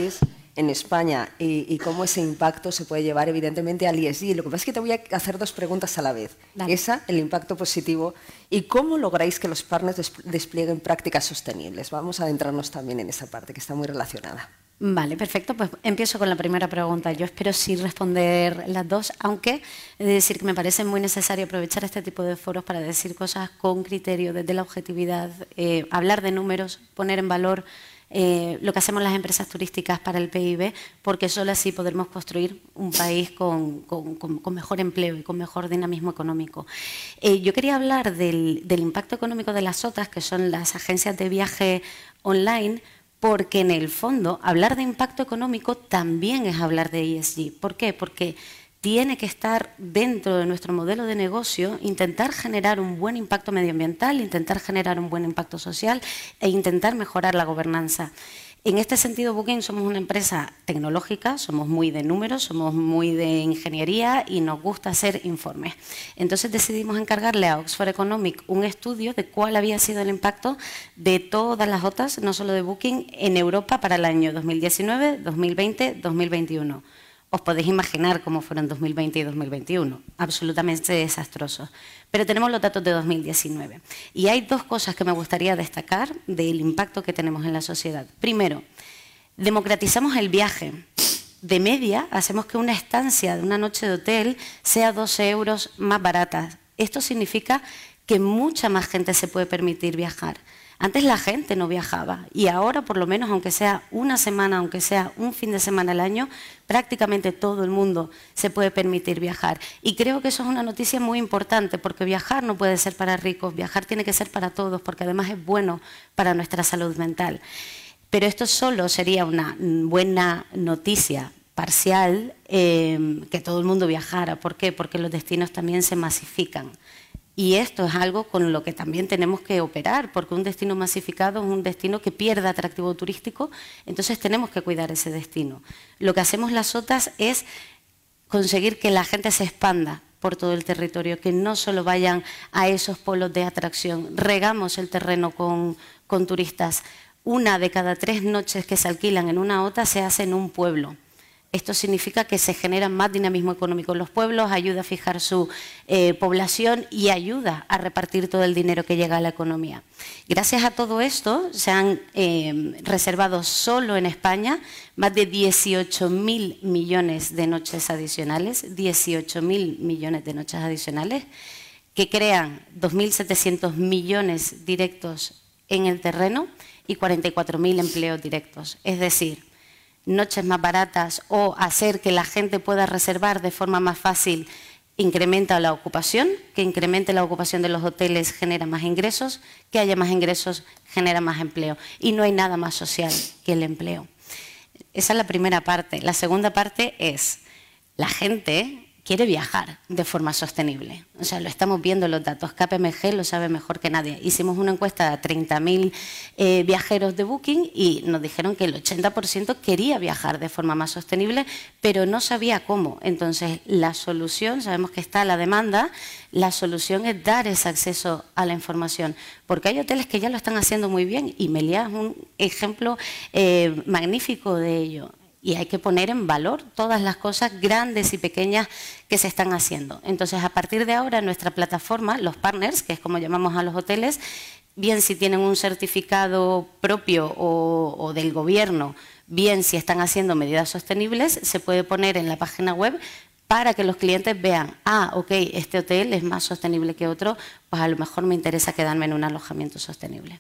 en España y, y cómo ese impacto se puede llevar evidentemente al E S G. Lo que pasa es que te voy a hacer dos preguntas a la vez. Vale. Esa, el impacto positivo, y cómo lográis que los partners desplieguen prácticas sostenibles. Vamos a adentrarnos también en esa parte que está muy relacionada. Vale, perfecto. Pues empiezo con la primera pregunta. Yo espero sí responder las dos, aunque he de decir que me parece muy necesario aprovechar este tipo de foros para decir cosas con criterio, desde la objetividad, eh, hablar de números, poner en valor eh, lo que hacemos las empresas turísticas para el P I B, porque solo así podremos construir un país con, con, con, con mejor empleo y con mejor dinamismo económico. Eh, yo quería hablar del, del impacto económico de las O T A S, que son las agencias de viaje online, porque en el fondo hablar de impacto económico también es hablar de E S G. ¿Por qué? Porque tiene que estar dentro de nuestro modelo de negocio, intentar generar un buen impacto medioambiental, intentar generar un buen impacto social e intentar mejorar la gobernanza. En este sentido, Booking somos una empresa tecnológica, somos muy de números, somos muy de ingeniería y nos gusta hacer informes. Entonces decidimos encargarle a Oxford Economics un estudio de cuál había sido el impacto de todas las O T A S, no solo de Booking, en Europa para el año dos mil diecinueve, dos mil veinte, dos mil veintiuno. Os podéis imaginar cómo fueron dos mil veinte y dos mil veintiuno, absolutamente desastrosos. Pero tenemos los datos de dos mil diecinueve. Y hay dos cosas que me gustaría destacar del impacto que tenemos en la sociedad. Primero, democratizamos el viaje. De media, hacemos que una estancia de una noche de hotel sea doce euros más barata. Esto significa que mucha más gente se puede permitir viajar. Antes la gente no viajaba y ahora, por lo menos, aunque sea una semana, aunque sea un fin de semana al año, prácticamente todo el mundo se puede permitir viajar. Y creo que eso es una noticia muy importante, porque viajar no puede ser para ricos, viajar tiene que ser para todos, porque además es bueno para nuestra salud mental. Pero esto solo sería una buena noticia parcial, eh, que todo el mundo viajara. ¿Por qué? Porque los destinos también se masifican. Y esto es algo con lo que también tenemos que operar, porque un destino masificado es un destino que pierde atractivo turístico, entonces tenemos que cuidar ese destino. Lo que hacemos las O T A S es conseguir que la gente se expanda por todo el territorio, que no solo vayan a esos polos de atracción. Regamos el terreno con, con turistas. Una de cada tres noches que se alquilan en una O T A se hace en un pueblo. Esto significa que se genera más dinamismo económico en los pueblos, ayuda a fijar su eh, población y ayuda a repartir todo el dinero que llega a la economía. Gracias a todo esto se han eh, reservado solo en España más de dieciocho mil millones de noches adicionales, dieciocho mil millones de noches adicionales, que crean dos mil setecientos millones directos en el terreno y cuarenta y cuatro mil empleos directos. Es decir, noches más baratas o hacer que la gente pueda reservar de forma más fácil incrementa la ocupación, que incremente la ocupación de los hoteles genera más ingresos, que haya más ingresos genera más empleo. Y no hay nada más social que el empleo. Esa es la primera parte. La segunda parte es, la gente quiere viajar de forma sostenible. O sea, lo estamos viendo en los datos. K P M G lo sabe mejor que nadie. Hicimos una encuesta a treinta mil eh, viajeros de Booking y nos dijeron que el ochenta por ciento quería viajar de forma más sostenible, pero no sabía cómo. Entonces, la solución, sabemos que está la demanda, la solución es dar ese acceso a la información. Porque hay hoteles que ya lo están haciendo muy bien y Meliá es un ejemplo eh, magnífico de ello. Y hay que poner en valor todas las cosas grandes y pequeñas que se están haciendo. Entonces, a partir de ahora, nuestra plataforma, los partners, que es como llamamos a los hoteles, bien si tienen un certificado propio o, o del gobierno, bien si están haciendo medidas sostenibles, se puede poner en la página web para que los clientes vean, ah, ok, este hotel es más sostenible que otro, pues a lo mejor me interesa quedarme en un alojamiento sostenible.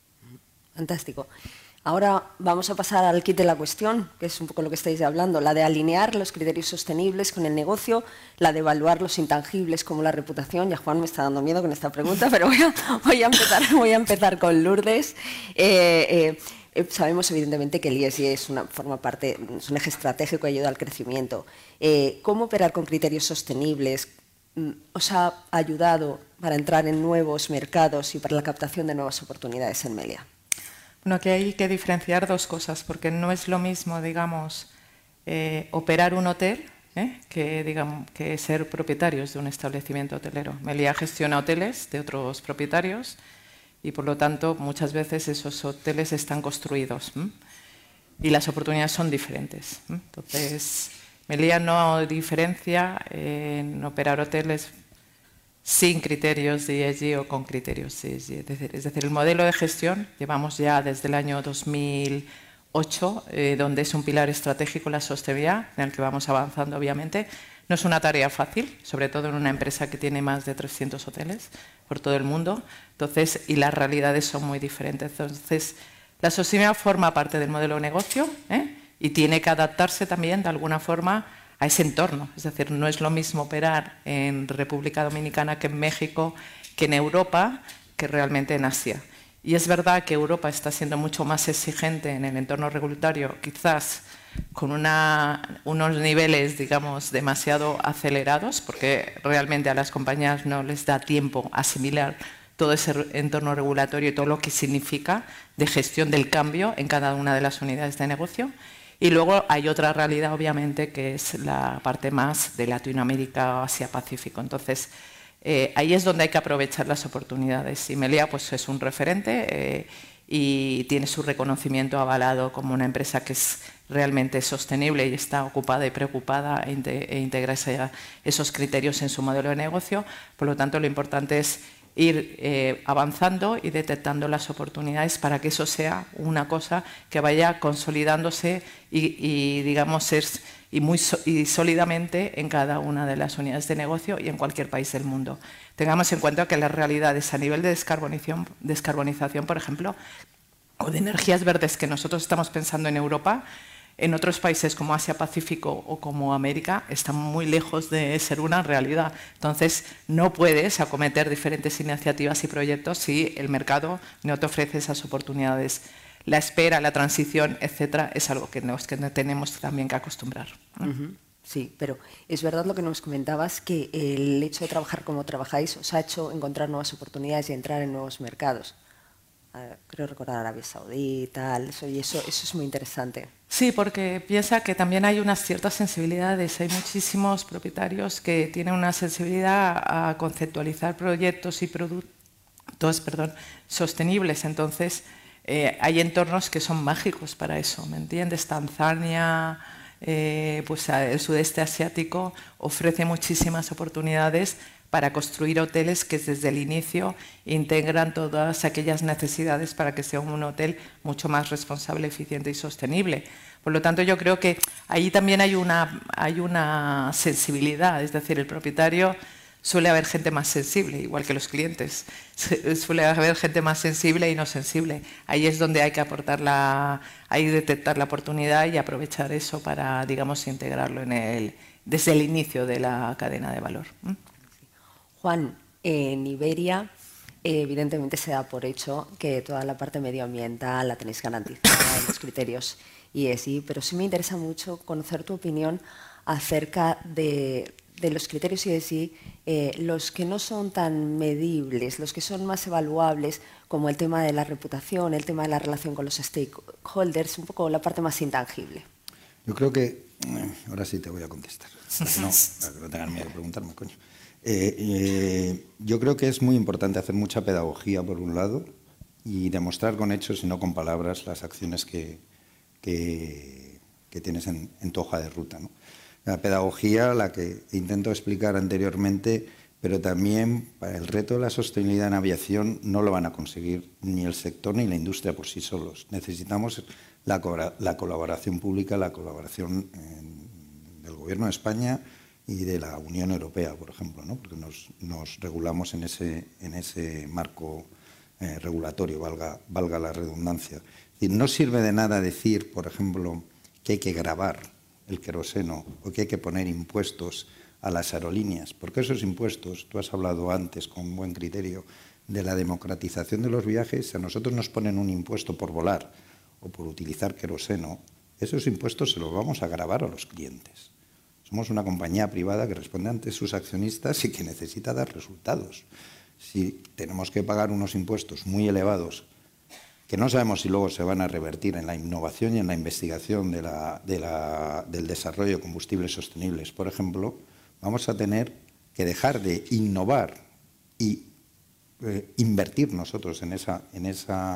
Fantástico. Ahora vamos a pasar al kit de la cuestión, que es un poco lo que estáis hablando, la de alinear los criterios sostenibles con el negocio, la de evaluar los intangibles como la reputación. Ya Juan me está dando miedo con esta pregunta, pero voy a, voy a, empezar, voy a empezar con Lourdes. Eh, eh, sabemos evidentemente que el E S G es una, forma parte, es un eje estratégico y ayuda al crecimiento. Eh, ¿Cómo operar con criterios sostenibles os ha ayudado para entrar en nuevos mercados y para la captación de nuevas oportunidades en Meliá? Bueno, aquí hay que diferenciar dos cosas, porque no es lo mismo, digamos, eh, operar un hotel ¿eh? que, digamos, que ser propietarios de un establecimiento hotelero. Meliá gestiona hoteles de otros propietarios y, por lo tanto, muchas veces esos hoteles están construidos. ¿m? y las oportunidades son diferentes. Entonces, Meliá no diferencia en operar hoteles sin criterios de E S G o con criterios de E S G. Es decir, es decir, el modelo de gestión llevamos ya desde el año dos mil ocho, eh, donde es un pilar estratégico la sostenibilidad, en el que vamos avanzando obviamente. No es una tarea fácil, sobre todo en una empresa que tiene más de trescientos hoteles por todo el mundo, entonces, y las realidades son muy diferentes. Entonces, la sostenibilidad forma parte del modelo de negocio, ¿eh? y tiene que adaptarse también de alguna forma a ese entorno. Es decir, no es lo mismo operar en República Dominicana que en México, que en Europa, que realmente en Asia. Y es verdad que Europa está siendo mucho más exigente en el entorno regulatorio, quizás con una, unos niveles, digamos, demasiado acelerados, porque realmente a las compañías no les da tiempo a asimilar todo ese entorno regulatorio y todo lo que significa de gestión del cambio en cada una de las unidades de negocio. Y luego hay otra realidad, obviamente, que es la parte más de Latinoamérica o Asia-Pacífico. Entonces, eh, ahí es donde hay que aprovechar las oportunidades. Y Meliá pues, es un referente eh, y tiene su reconocimiento avalado como una empresa que es realmente sostenible y está ocupada y preocupada e, e integra esa, esos criterios en su modelo de negocio. Por lo tanto, lo importante es ir eh, avanzando y detectando las oportunidades para que eso sea una cosa que vaya consolidándose y, y digamos, ser y muy y sólidamente en cada una de las unidades de negocio y en cualquier país del mundo. Tengamos en cuenta que las realidades a nivel de descarbonización, descarbonización, por ejemplo, o de energías verdes que nosotros estamos pensando en Europa, en otros países como Asia-Pacífico o como América están muy lejos de ser una realidad. Entonces, no puedes acometer diferentes iniciativas y proyectos si el mercado no te ofrece esas oportunidades. La espera, la transición, etcétera, es algo que nos que tenemos también que acostumbrar, ¿no? Uh-huh. Sí, pero es verdad lo que nos comentabas, que el hecho de trabajar como trabajáis os ha hecho encontrar nuevas oportunidades y entrar en nuevos mercados. Creo recordar Arabia Saudí y tal, eso, y eso, eso es muy interesante. Sí, porque piensa que también hay unas ciertas sensibilidades. Hay muchísimos propietarios que tienen una sensibilidad a conceptualizar proyectos y productos perdón, sostenibles. Entonces, eh, hay entornos que son mágicos para eso, ¿me entiendes? Tanzania, eh, pues el sudeste asiático ofrece muchísimas oportunidades para construir hoteles que desde el inicio integran todas aquellas necesidades para que sea un hotel mucho más responsable, eficiente y sostenible. Por lo tanto, yo creo que ahí también hay una, hay una sensibilidad, es decir, el propietario suele haber gente más sensible, igual que los clientes. Suele haber gente más sensible y no sensible. Ahí es donde hay que aportar la, hay que detectar la oportunidad y aprovechar eso para, digamos, integrarlo en el, desde el inicio de la cadena de valor. ¿Mm? Juan, en Iberia eh, evidentemente se da por hecho que toda la parte medioambiental la tenéis garantizada en los criterios E S G, pero sí me interesa mucho conocer tu opinión acerca de, de los criterios E S G, eh, los que no son tan medibles, los que son más evaluables, como el tema de la reputación, el tema de la relación con los stakeholders, un poco la parte más intangible. Yo creo que, ahora sí te voy a contestar, para que no, para que no tengan miedo de preguntarme, coño. Eh, eh, yo creo que es muy importante hacer mucha pedagogía, por un lado, y demostrar con hechos y no con palabras las acciones que, que, que tienes en, en tu hoja de ruta, ¿no? La pedagogía, la que intento explicar anteriormente, pero también para el reto de la sostenibilidad en aviación no lo van a conseguir ni el sector ni la industria por sí solos. Necesitamos la, la colaboración pública, la colaboración en, del Gobierno de España y de la Unión Europea, por ejemplo, ¿no? Porque nos, nos regulamos en ese, en ese marco eh, regulatorio, valga, valga la redundancia. Es decir, no sirve de nada decir, por ejemplo, que hay que gravar el queroseno o que hay que poner impuestos a las aerolíneas, porque esos impuestos, tú has hablado antes con buen criterio de la democratización de los viajes, a nosotros nos ponen un impuesto por volar o por utilizar queroseno, esos impuestos se los vamos a gravar a los clientes. Somos una compañía privada que responde ante sus accionistas y que necesita dar resultados. Si tenemos que pagar unos impuestos muy elevados, que no sabemos si luego se van a revertir en la innovación y en la investigación de la, de la, del desarrollo de combustibles sostenibles, por ejemplo, vamos a tener que dejar de innovar y eh, invertir nosotros en esa, en esa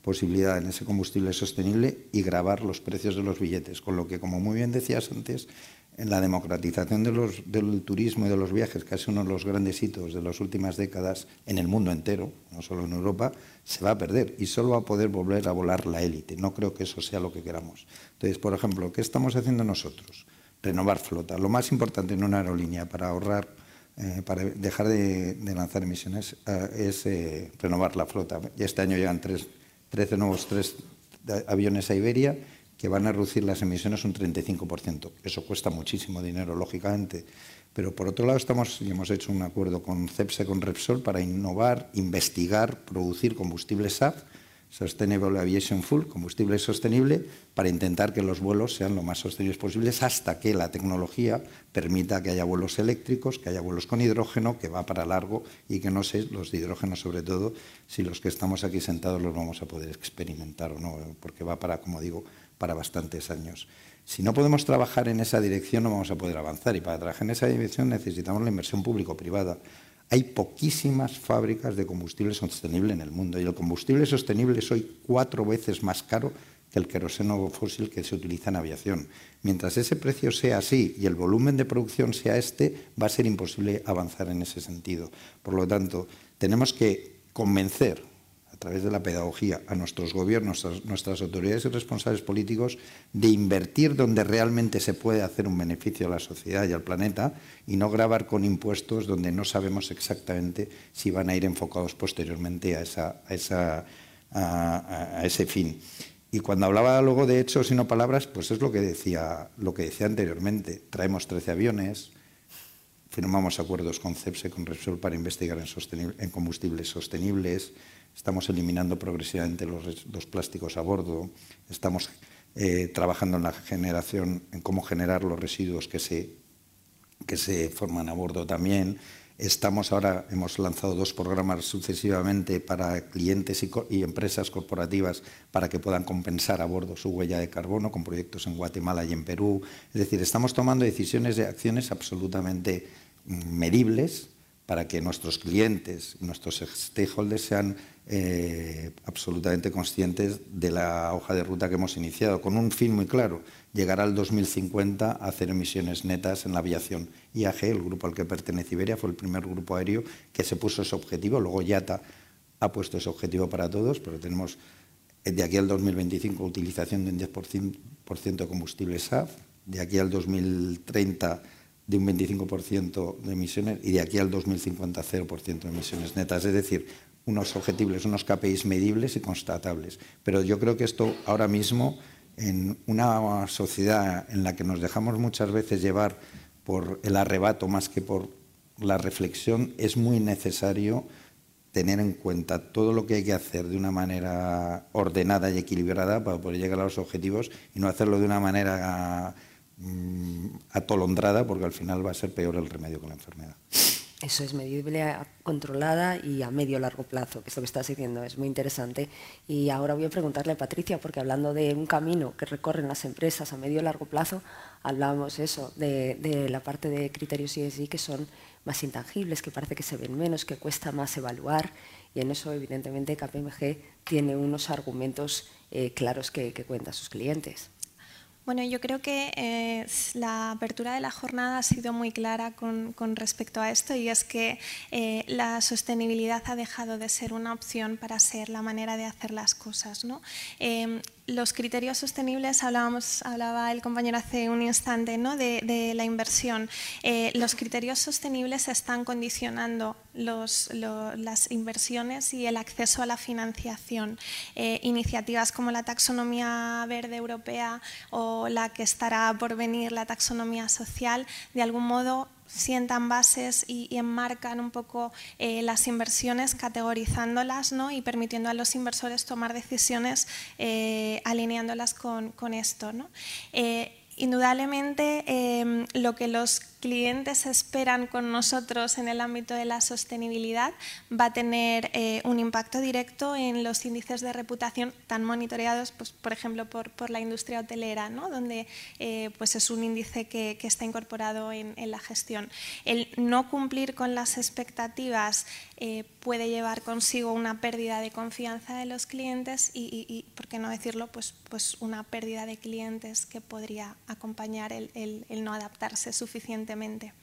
posibilidad en ese combustible sostenible y gravar los precios de los billetes, con lo que, como muy bien decías antes, en la democratización de los, del turismo y de los viajes, que es uno de los grandes hitos de las últimas décadas en el mundo entero, no solo en Europa, se va a perder y solo va a poder volver a volar la élite. No creo que eso sea lo que queramos. Entonces, por ejemplo, ¿qué estamos haciendo nosotros? Renovar flota. Lo más importante en una aerolínea para ahorrar, eh, para dejar de, de lanzar emisiones, eh, es eh, renovar la flota. Y este año llegan tres, trece nuevos tres aviones a Iberia, que van a reducir las emisiones un treinta y cinco por ciento. Eso cuesta muchísimo dinero, lógicamente. Pero por otro lado, estamos y hemos hecho un acuerdo con CEPSE, con Repsol, para innovar, investigar, producir combustible S A F, Sustainable Aviation Fuel, combustible sostenible, para intentar que los vuelos sean lo más sostenibles posibles hasta que la tecnología permita que haya vuelos eléctricos, que haya vuelos con hidrógeno, que va para largo y que no sé, los de hidrógeno sobre todo, si los que estamos aquí sentados los vamos a poder experimentar o no, porque va para, como digo, para bastantes años. Si no podemos trabajar en esa dirección no vamos a poder avanzar y para trabajar en esa dirección necesitamos la inversión público-privada. Hay poquísimas fábricas de combustible sostenible en el mundo y el combustible sostenible es hoy cuatro veces más caro que el queroseno fósil que se utiliza en aviación. Mientras ese precio sea así y el volumen de producción sea este, va a ser imposible avanzar en ese sentido. Por lo tanto, tenemos que convencer a través de la pedagogía a nuestros gobiernos, a nuestras autoridades y responsables políticos de invertir donde realmente se puede hacer un beneficio a la sociedad y al planeta y no gravar con impuestos donde no sabemos exactamente si van a ir enfocados posteriormente a, esa, a, esa, a, a ese fin. Y cuando hablaba luego de hechos y no palabras, pues es lo que decía, lo que decía anteriormente. Traemos trece aviones, firmamos acuerdos con CEPSE, con Repsol para investigar en, sostenible, en combustibles sostenibles. Estamos eliminando progresivamente los, los plásticos a bordo, estamos eh, trabajando en la generación, en cómo generar los residuos que se, que se forman a bordo también. Estamos ahora, hemos lanzado dos programas sucesivamente para clientes y, y empresas corporativas para que puedan compensar a bordo su huella de carbono con proyectos en Guatemala y en Perú. Es decir, estamos tomando decisiones de acciones absolutamente medibles para que nuestros clientes, nuestros stakeholders sean eh, absolutamente conscientes de la hoja de ruta que hemos iniciado, con un fin muy claro, llegar al dos mil cincuenta a hacer emisiones netas en la aviación. I A G, el grupo al que pertenece Iberia, fue el primer grupo aéreo que se puso ese objetivo, luego I A T A ha puesto ese objetivo para todos, pero tenemos de aquí al dos mil veinticinco utilización de un diez por ciento de combustible S A F, de aquí al dos mil treinta de un veinticinco por ciento de emisiones y de aquí al dos mil cincuenta cero por ciento de emisiones netas. Es decir, unos objetivos, unos K P Is medibles y constatables. Pero yo creo que esto ahora mismo, en una sociedad en la que nos dejamos muchas veces llevar por el arrebato más que por la reflexión, es muy necesario tener en cuenta todo lo que hay que hacer de una manera ordenada y equilibrada para poder llegar a los objetivos y no hacerlo de una manera atolondrada, porque al final va a ser peor el remedio que la enfermedad. Eso es medible, controlada y a medio largo plazo, que es lo que estás diciendo, es muy interesante. Y ahora voy a preguntarle a Patricia, porque hablando de un camino que recorren las empresas a medio largo plazo, hablábamos eso, de, de la parte de criterios E S G que son más intangibles, que parece que se ven menos, que cuesta más evaluar, y en eso evidentemente K P M G tiene unos argumentos eh, claros que, que cuenta a sus clientes. Bueno, yo creo que eh, la apertura de la jornada ha sido muy clara con, con respecto a esto y es que eh, la sostenibilidad ha dejado de ser una opción para ser la manera de hacer las cosas, ¿no? Eh, los criterios sostenibles, hablábamos, hablaba el compañero hace un instante, ¿no? de, de la inversión. Eh, los criterios sostenibles están condicionando los, lo, las inversiones y el acceso a la financiación. Eh, iniciativas como la taxonomía verde europea o la que estará por venir, la taxonomía social, de algún modo sientan bases y, y enmarcan un poco eh, las inversiones, categorizándolas, ¿no? Y permitiendo a los inversores tomar decisiones eh, alineándolas con, con esto, ¿no? Eh, Indudablemente, eh, lo que los clientes esperan con nosotros en el ámbito de la sostenibilidad va a tener eh, un impacto directo en los índices de reputación tan monitoreados, pues, por ejemplo, por, por la industria hotelera, ¿no? Donde eh, pues es un índice que, que está incorporado en, en la gestión. El no cumplir con las expectativas eh, puede llevar consigo una pérdida de confianza de los clientes y, y, y por qué no decirlo, pues, pues una pérdida de clientes que podría acompañar el, el, el no adaptarse suficientemente.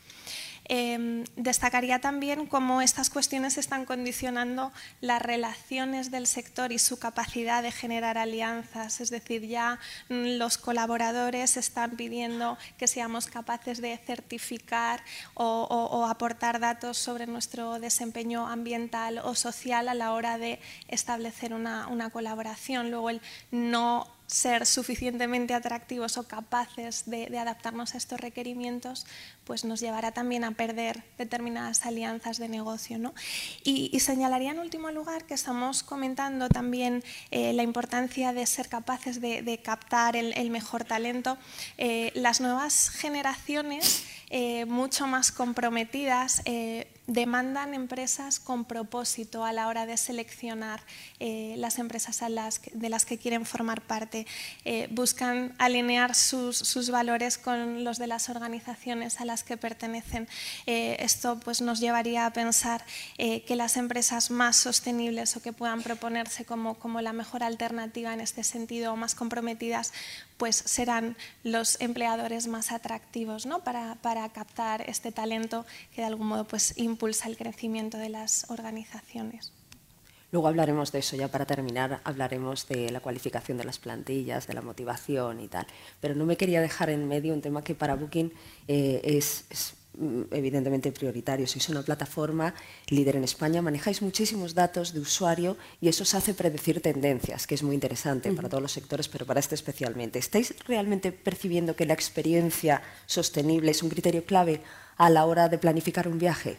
Eh, destacaría también cómo estas cuestiones están condicionando las relaciones del sector y su capacidad de generar alianzas, es decir, ya los colaboradores están pidiendo que seamos capaces de certificar o, o, o aportar datos sobre nuestro desempeño ambiental o social a la hora de establecer una, una colaboración. Luego el no ser suficientemente atractivos o capaces de, de adaptarnos a estos requerimientos, pues nos llevará también a perder determinadas alianzas de negocio, ¿no? Y, y señalaría en último lugar que estamos comentando también eh, la importancia de ser capaces de, de captar el, el mejor talento. Eh, las nuevas generaciones eh, mucho más comprometidas eh, demandan empresas con propósito a la hora de seleccionar eh, las empresas a las que, de las que quieren formar parte. Eh, buscan alinear sus, sus valores con los de las organizaciones a las que pertenecen. Eh, esto pues, nos llevaría a pensar eh, que las empresas más sostenibles o que puedan proponerse como, como la mejor alternativa en este sentido o más comprometidas, pues serán los empleadores más atractivos, ¿no? para, para captar este talento que de algún modo pues, impulsa el crecimiento de las organizaciones. Luego hablaremos de eso, ya para terminar, hablaremos de la cualificación de las plantillas, de la motivación y tal. Pero no me quería dejar en medio un tema que para Booking eh, es, es evidentemente prioritario. Sois una plataforma líder en España, manejáis muchísimos datos de usuario y eso os hace predecir tendencias, que es muy interesante uh-huh. para todos los sectores, pero para este especialmente. ¿Estáis realmente percibiendo que la experiencia sostenible es un criterio clave a la hora de planificar un viaje?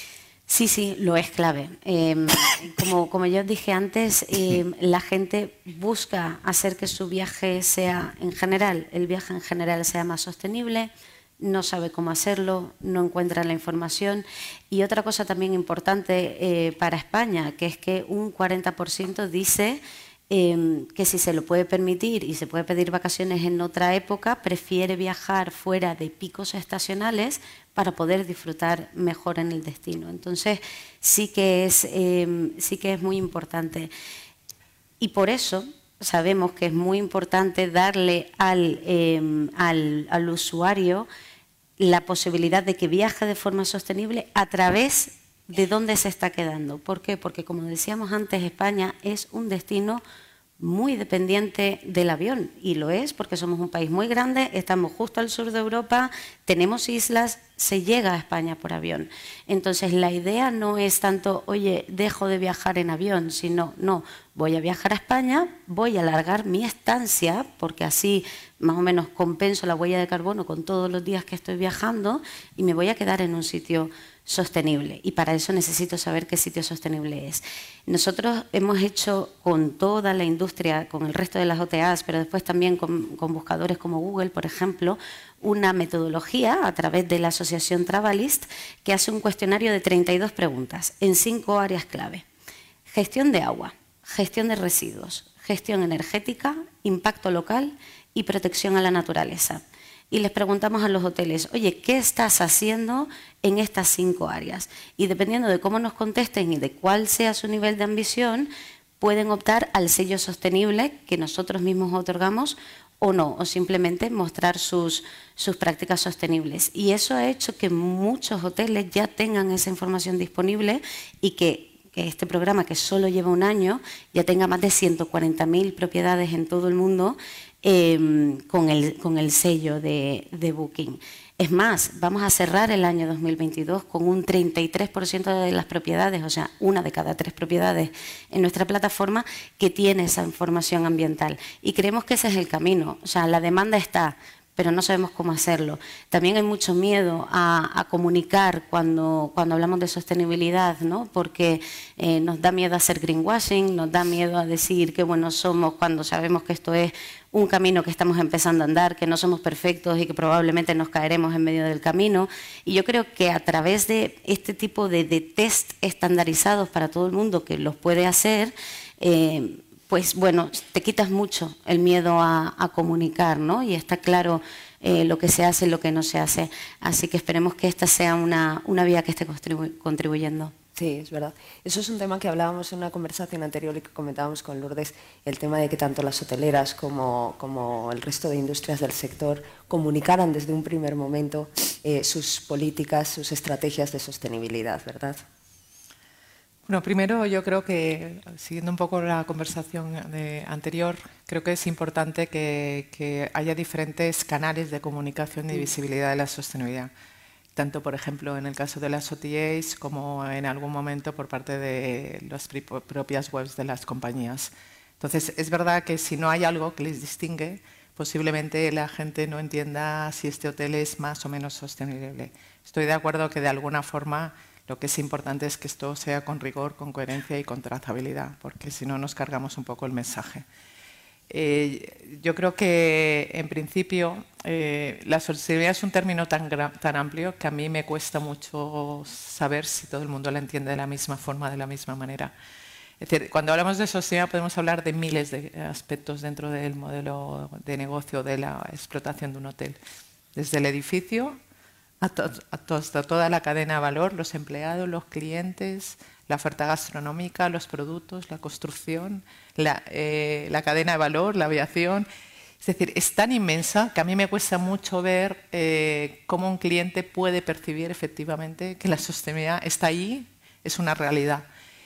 Sí, sí, lo es clave. Eh, como, como yo dije antes, eh, la gente busca hacer que su viaje sea, en general, el viaje en general sea más sostenible, no sabe cómo hacerlo, no encuentra la información. Y otra cosa también importante eh, para España, que es que un cuarenta por ciento dice eh, que si se lo puede permitir y se puede pedir vacaciones en otra época, prefiere viajar fuera de picos estacionales para poder disfrutar mejor en el destino. Entonces, sí que es, eh, sí que es muy importante. Y por eso sabemos que es muy importante darle al, eh, al, al usuario la posibilidad de que viaje de forma sostenible a través de dónde se está quedando. ¿Por qué? Porque, como decíamos antes, España es un destino muy dependiente del avión, y lo es porque somos un país muy grande, estamos justo al sur de Europa, tenemos islas, se llega a España por avión. Entonces la idea no es tanto, oye, dejo de viajar en avión, sino, no, voy a viajar a España, voy a alargar mi estancia, porque así más o menos compenso la huella de carbono con todos los días que estoy viajando, y me voy a quedar en un sitio sostenible, y para eso necesito saber qué sitio sostenible es. Nosotros hemos hecho con toda la industria, con el resto de las O T As, pero después también con, con buscadores como Google, por ejemplo, una metodología a través de la asociación Travelist que hace un cuestionario de treinta y dos preguntas en cinco áreas clave: gestión de agua, gestión de residuos, gestión energética, impacto local y protección a la naturaleza. Y les preguntamos a los hoteles, oye, ¿qué estás haciendo en estas cinco áreas? Y dependiendo de cómo nos contesten y de cuál sea su nivel de ambición, pueden optar al sello sostenible que nosotros mismos otorgamos o no, o simplemente mostrar sus, sus prácticas sostenibles. Y eso ha hecho que muchos hoteles ya tengan esa información disponible y que, que este programa, que solo lleva un año, ya tenga más de ciento cuarenta mil propiedades en todo el mundo, Eh, con, el, con el sello de, de Booking. Es más, vamos a cerrar el año dos mil veintidós con un treinta y tres por ciento de las propiedades, o sea, una de cada tres propiedades en nuestra plataforma que tiene esa información ambiental. Y creemos que ese es el camino. O sea, la demanda está, pero no sabemos cómo hacerlo. También hay mucho miedo a, a comunicar cuando, cuando hablamos de sostenibilidad, ¿no? Porque eh, nos da miedo a hacer greenwashing, nos da miedo a decir qué buenos somos cuando sabemos que esto es un camino que estamos empezando a andar, que no somos perfectos y que probablemente nos caeremos en medio del camino. Y yo creo que a través de este tipo de, de test estandarizados para todo el mundo que los puede hacer, eh, pues bueno, te quitas mucho el miedo a, a comunicar, ¿no? Y está claro eh, lo que se hace y lo que no se hace. Así que esperemos que esta sea una, una vía que esté contribu contribuyendo. Sí, es verdad. Eso es un tema que hablábamos en una conversación anterior y que comentábamos con Lourdes, el tema de que tanto las hoteleras como, como el resto de industrias del sector comunicaran desde un primer momento eh, sus políticas, sus estrategias de sostenibilidad, ¿verdad? Bueno, primero yo creo que, siguiendo un poco la conversación de, anterior, creo que es importante que, que haya diferentes canales de comunicación y visibilidad de la sostenibilidad. Tanto, por ejemplo, en el caso de las O T As como en algún momento por parte de las propias webs de las compañías. Entonces, es verdad que si no hay algo que les distingue, posiblemente la gente no entienda si este hotel es más o menos sostenible. Estoy de acuerdo que de alguna forma lo que es importante es que esto sea con rigor, con coherencia y con trazabilidad, porque si no nos cargamos un poco el mensaje. Eh, yo creo que, en principio, eh, la sostenibilidad es un término tan, tan amplio que a mí me cuesta mucho saber si todo el mundo la entiende de la misma forma, de la misma manera. Es decir, cuando hablamos de sostenibilidad podemos hablar de miles de aspectos dentro del modelo de negocio de la explotación de un hotel. Desde el edificio a, to a, to a toda la cadena de valor, los empleados, los clientes, la oferta gastronómica, los productos, la construcción, la, eh, la cadena de valor, la aviación. Es decir, es tan inmensa que a mí me cuesta mucho ver eh, cómo un cliente puede percibir efectivamente que la sostenibilidad está ahí, es una realidad.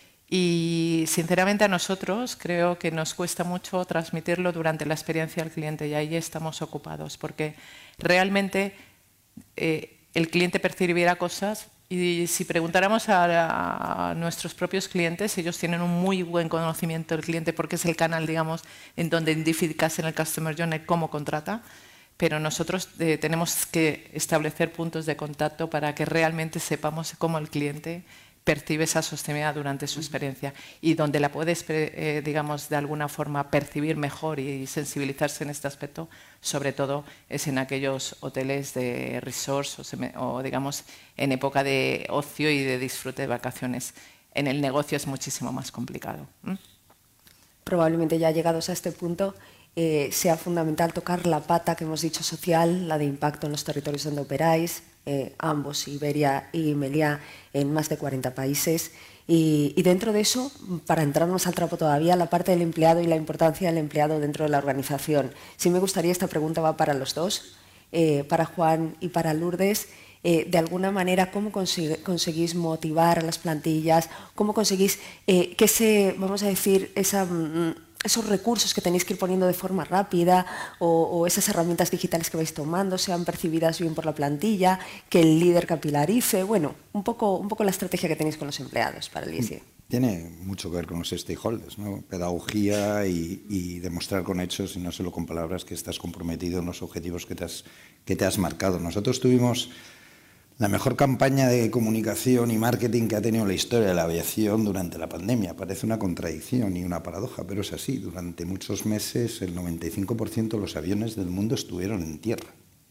Y sinceramente a nosotros creo que nos cuesta mucho transmitirlo durante la experiencia del cliente y ahí estamos ocupados, porque realmente eh, el cliente percibirá cosas. Y si preguntáramos a, a nuestros propios clientes, ellos tienen un muy buen conocimiento del cliente porque es el canal, digamos, en donde identificas en el Customer Journey cómo contrata, pero nosotros eh, tenemos que establecer puntos de contacto para que realmente sepamos cómo el cliente percibe esa sostenibilidad durante su experiencia y donde la puedes, eh, digamos, de alguna forma percibir mejor y sensibilizarse en este aspecto, sobre todo es en aquellos hoteles de resorts o, o digamos, en época de ocio y de disfrute de vacaciones. En el negocio es muchísimo más complicado. ¿Mm? Probablemente ya llegados a este punto eh, sea fundamental tocar la pata que hemos dicho social, la de impacto en los territorios donde operáis, Eh, ambos, Iberia y Meliá, en más de cuarenta países. Y, y dentro de eso, para entrarnos al trapo todavía, la parte del empleado y la importancia del empleado dentro de la organización. Sí me gustaría, esta pregunta va para los dos, eh, para Juan y para Lourdes. Eh, de alguna manera, ¿cómo consigue, conseguís motivar a las plantillas? ¿Cómo conseguís eh, que ese, vamos a decir, esa... Mm, esos recursos que tenéis que ir poniendo de forma rápida o, o esas herramientas digitales que vais tomando sean percibidas bien por la plantilla, que el líder capilarice? Bueno, un poco, un poco la estrategia que tenéis con los empleados para el I S E. Tiene mucho que ver con los stakeholders, ¿no? Pedagogía y, y demostrar con hechos y no solo con palabras que estás comprometido en los objetivos que te has, que te has marcado. Nosotros tuvimos la mejor campaña de comunicación y marketing que ha tenido la historia de la aviación durante la pandemia. Parece una contradicción y una paradoja, pero es así. Durante muchos meses el noventa y cinco por ciento de los aviones del mundo estuvieron en tierra.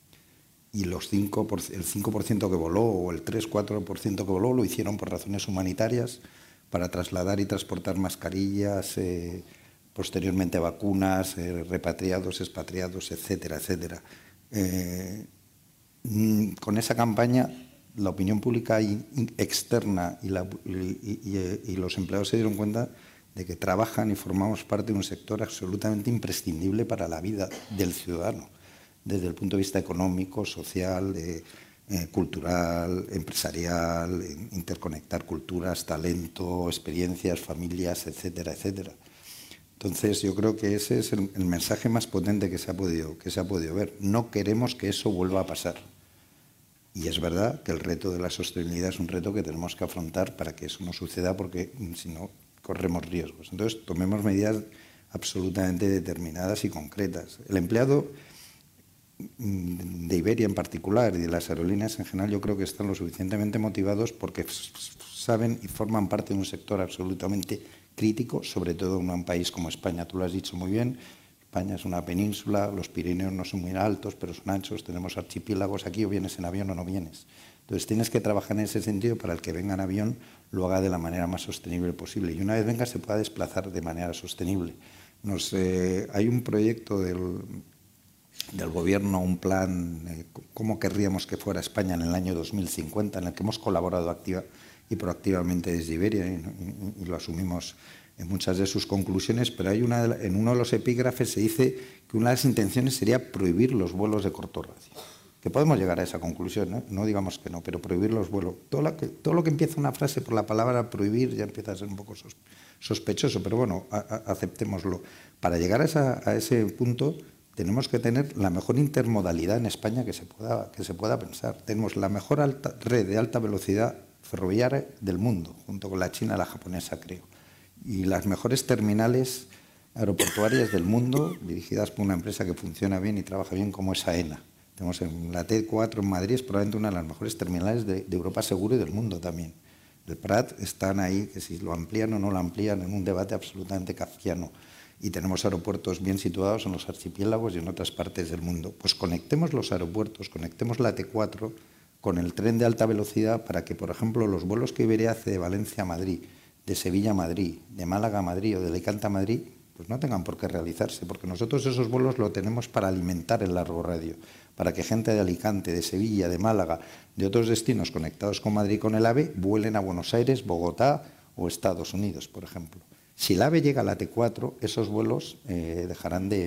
Y los cinco por ciento, el cinco por ciento que voló o el tres cuatro por ciento que voló lo hicieron por razones humanitarias para trasladar y transportar mascarillas, eh, posteriormente vacunas, eh, repatriados, expatriados, etcétera, etcétera. Eh, Con esa campaña, la opinión pública externa y, la, y, y, y los empleados se dieron cuenta de que trabajan y formamos parte de un sector absolutamente imprescindible para la vida del ciudadano, desde el punto de vista económico, social, eh, eh, cultural, empresarial, interconectar culturas, talento, experiencias, familias, etcétera, etcétera. Entonces, yo creo que ese es el, el mensaje más potente que se ha podido, que se ha podido ver. No queremos que eso vuelva a pasar. Y es verdad que el reto de la sostenibilidad es un reto que tenemos que afrontar para que eso no suceda, porque si no, corremos riesgos. Entonces, tomemos medidas absolutamente determinadas y concretas. El empleado de Iberia en particular y de las aerolíneas en general, yo creo que están lo suficientemente motivados porque saben y forman parte de un sector absolutamente crítico, sobre todo en un país como España. Tú lo has dicho muy bien, España es una península, los Pirineos no son muy altos, pero son anchos, tenemos archipiélagos aquí, o vienes en avión o no vienes. Entonces tienes que trabajar en ese sentido para el que venga en avión lo haga de la manera más sostenible posible y una vez venga se pueda desplazar de manera sostenible. Nos, eh, hay un proyecto del, del gobierno, un plan, eh, cómo querríamos que fuera España en el año dos mil cincuenta, en el que hemos colaborado activa y proactivamente desde Iberia y, y, y lo asumimos en muchas de sus conclusiones, pero hay una de, en uno de los epígrafes se dice que una de las intenciones sería prohibir los vuelos de corto radio. Que podemos llegar a esa conclusión, ¿no? No digamos que no, pero prohibir los vuelos. Todo lo, que, todo lo que empieza una frase por la palabra prohibir ya empieza a ser un poco sospechoso, pero bueno, a, a, aceptémoslo. Para llegar a, esa, a ese punto tenemos que tener la mejor intermodalidad en España que se pueda, que se pueda pensar. Tenemos la mejor alta, red de alta velocidad ferroviaria del mundo, junto con la china y la japonesa, creo. Y las mejores terminales aeroportuarias del mundo, dirigidas por una empresa que funciona bien y trabaja bien como es AENA. Tenemos en la T cuatro en Madrid, es probablemente una de las mejores terminales de, de Europa seguro y del mundo también. El Prat están ahí, que si lo amplían o no lo amplían, en un debate absolutamente kafkiano. Y tenemos aeropuertos bien situados en los archipiélagos y en otras partes del mundo. Pues conectemos los aeropuertos, conectemos la T cuatro con el tren de alta velocidad para que, por ejemplo, los vuelos que Iberia hace de Valencia a Madrid, de Sevilla a Madrid, de Málaga a Madrid o de Alicante a Madrid, pues no tengan por qué realizarse, porque nosotros esos vuelos lo tenemos para alimentar el largo radio, para que gente de Alicante, de Sevilla, de Málaga, de otros destinos conectados con Madrid con el AVE, vuelen a Buenos Aires, Bogotá o Estados Unidos, por ejemplo. Si el AVE llega a la T cuatro, esos vuelos eh, dejarán de,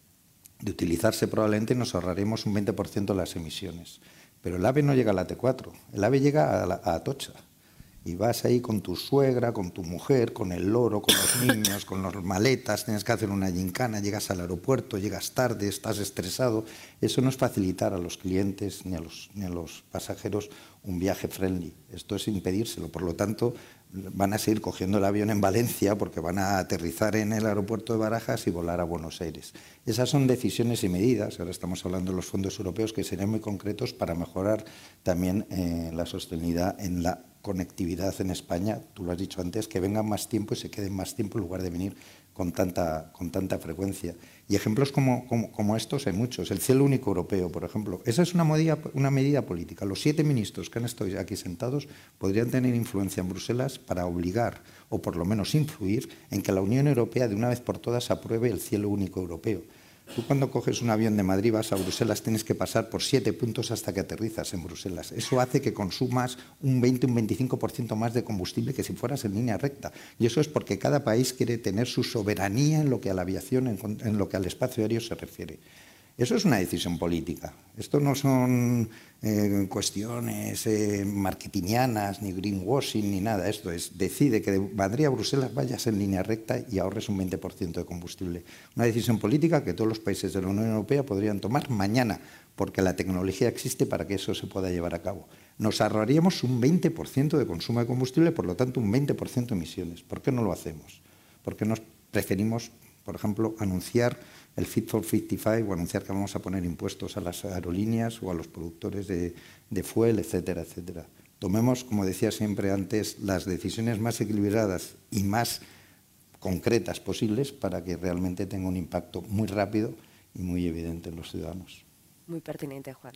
de utilizarse probablemente y nos ahorraremos un veinte por ciento de las emisiones. Pero el AVE no llega a la T cuatro, el AVE llega a, la, a Atocha. Y vas ahí con tu suegra, con tu mujer, con el loro, con los niños, con las maletas, tienes que hacer una gincana, llegas al aeropuerto, llegas tarde, estás estresado. Eso no es facilitar a los clientes ni a los, ni a los pasajeros un viaje friendly. Esto es impedírselo. Por lo tanto, van a seguir cogiendo el avión en Valencia porque van a aterrizar en el aeropuerto de Barajas y volar a Buenos Aires. Esas son decisiones y medidas, ahora estamos hablando de los fondos europeos, que serían muy concretos para mejorar también eh, la sostenibilidad en la conectividad en España. Tú lo has dicho antes, que vengan más tiempo y se queden más tiempo en lugar de venir con tanta, con tanta frecuencia. Y ejemplos como, como, como estos hay muchos. El cielo único europeo, por ejemplo. Esa es una medida, una medida política. Los siete ministros que han estado aquí sentados podrían tener influencia en Bruselas para obligar, o por lo menos influir, en que la Unión Europea de una vez por todas apruebe el cielo único europeo. Tú cuando coges un avión de Madrid, vas a Bruselas, tienes que pasar por siete puntos hasta que aterrizas en Bruselas. Eso hace que consumas un veinte, un veinticinco por ciento más de combustible que si fueras en línea recta. Y eso es porque cada país quiere tener su soberanía en lo que a la aviación, en, en lo que al espacio aéreo se refiere. Eso es una decisión política. Esto no son eh, cuestiones eh, marketingianas, ni greenwashing, ni nada. Esto es, decide que de Madrid a Bruselas vayas en línea recta y ahorres un veinte por ciento de combustible. Una decisión política que todos los países de la Unión Europea podrían tomar mañana, porque la tecnología existe para que eso se pueda llevar a cabo. Nos ahorraríamos un veinte por ciento de consumo de combustible, por lo tanto un veinte por ciento de emisiones. ¿Por qué no lo hacemos? ¿Por qué nos preferimos, por ejemplo, anunciar el Fit for cincuenta y cinco o anunciar que vamos a poner impuestos a las aerolíneas o a los productores de, de fuel, etcétera, etcétera? Tomemos, como decía siempre antes, las decisiones más equilibradas y más concretas posibles para que realmente tenga un impacto muy rápido y muy evidente en los ciudadanos. Muy pertinente, Juan.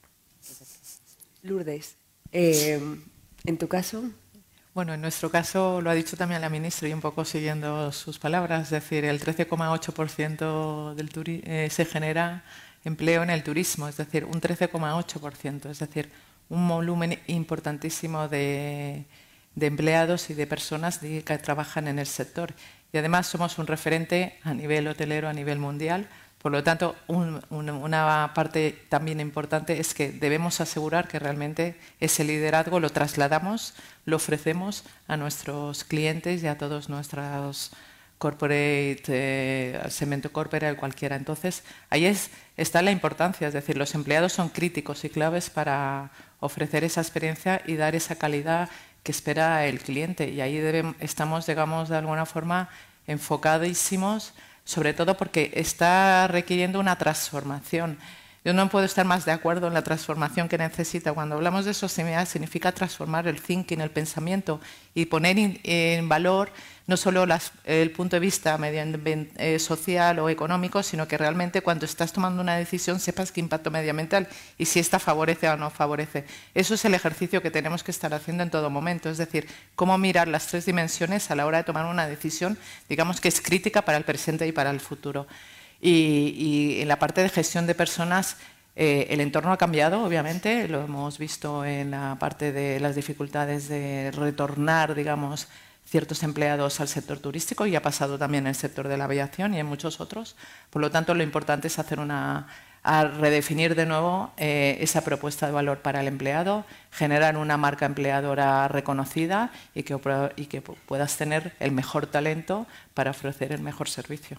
Lourdes, eh, en tu caso... Bueno, en nuestro caso lo ha dicho también la ministra y un poco siguiendo sus palabras, es decir, el trece coma ocho por ciento del turi eh, se genera empleo en el turismo, es decir, un trece coma ocho por ciento, es decir, un volumen importantísimo de, de empleados y de personas de, que trabajan en el sector. Y además somos un referente a nivel hotelero, a nivel mundial. Por lo tanto, un, un, una parte también importante es que debemos asegurar que realmente ese liderazgo lo trasladamos, lo ofrecemos a nuestros clientes y a todos nuestros corporate, eh, segmento corporate, cualquiera. Entonces, ahí es, está la importancia, es decir, los empleados son críticos y claves para ofrecer esa experiencia y dar esa calidad que espera el cliente. Y ahí debemos, estamos, digamos, de alguna forma enfocadísimos, sobre todo porque está requiriendo una transformación. Yo no puedo estar más de acuerdo en la transformación que necesita. Cuando hablamos de sostenibilidad significa transformar el thinking, el pensamiento y poner in, en valor no solo las, el punto de vista medio, eh, social o económico, sino que realmente cuando estás tomando una decisión sepas qué impacto medioambiental y si esta favorece o no favorece. Eso es el ejercicio que tenemos que estar haciendo en todo momento, es decir, cómo mirar las tres dimensiones a la hora de tomar una decisión, digamos que es crítica para el presente y para el futuro. Y, y en la parte de gestión de personas, eh, el entorno ha cambiado, obviamente, lo hemos visto en la parte de las dificultades de retornar, digamos, ciertos empleados al sector turístico y ha pasado también en el sector de la aviación y en muchos otros. Por lo tanto, lo importante es hacer una, a redefinir de nuevo eh, esa propuesta de valor para el empleado, generar una marca empleadora reconocida y que, y que puedas tener el mejor talento para ofrecer el mejor servicio.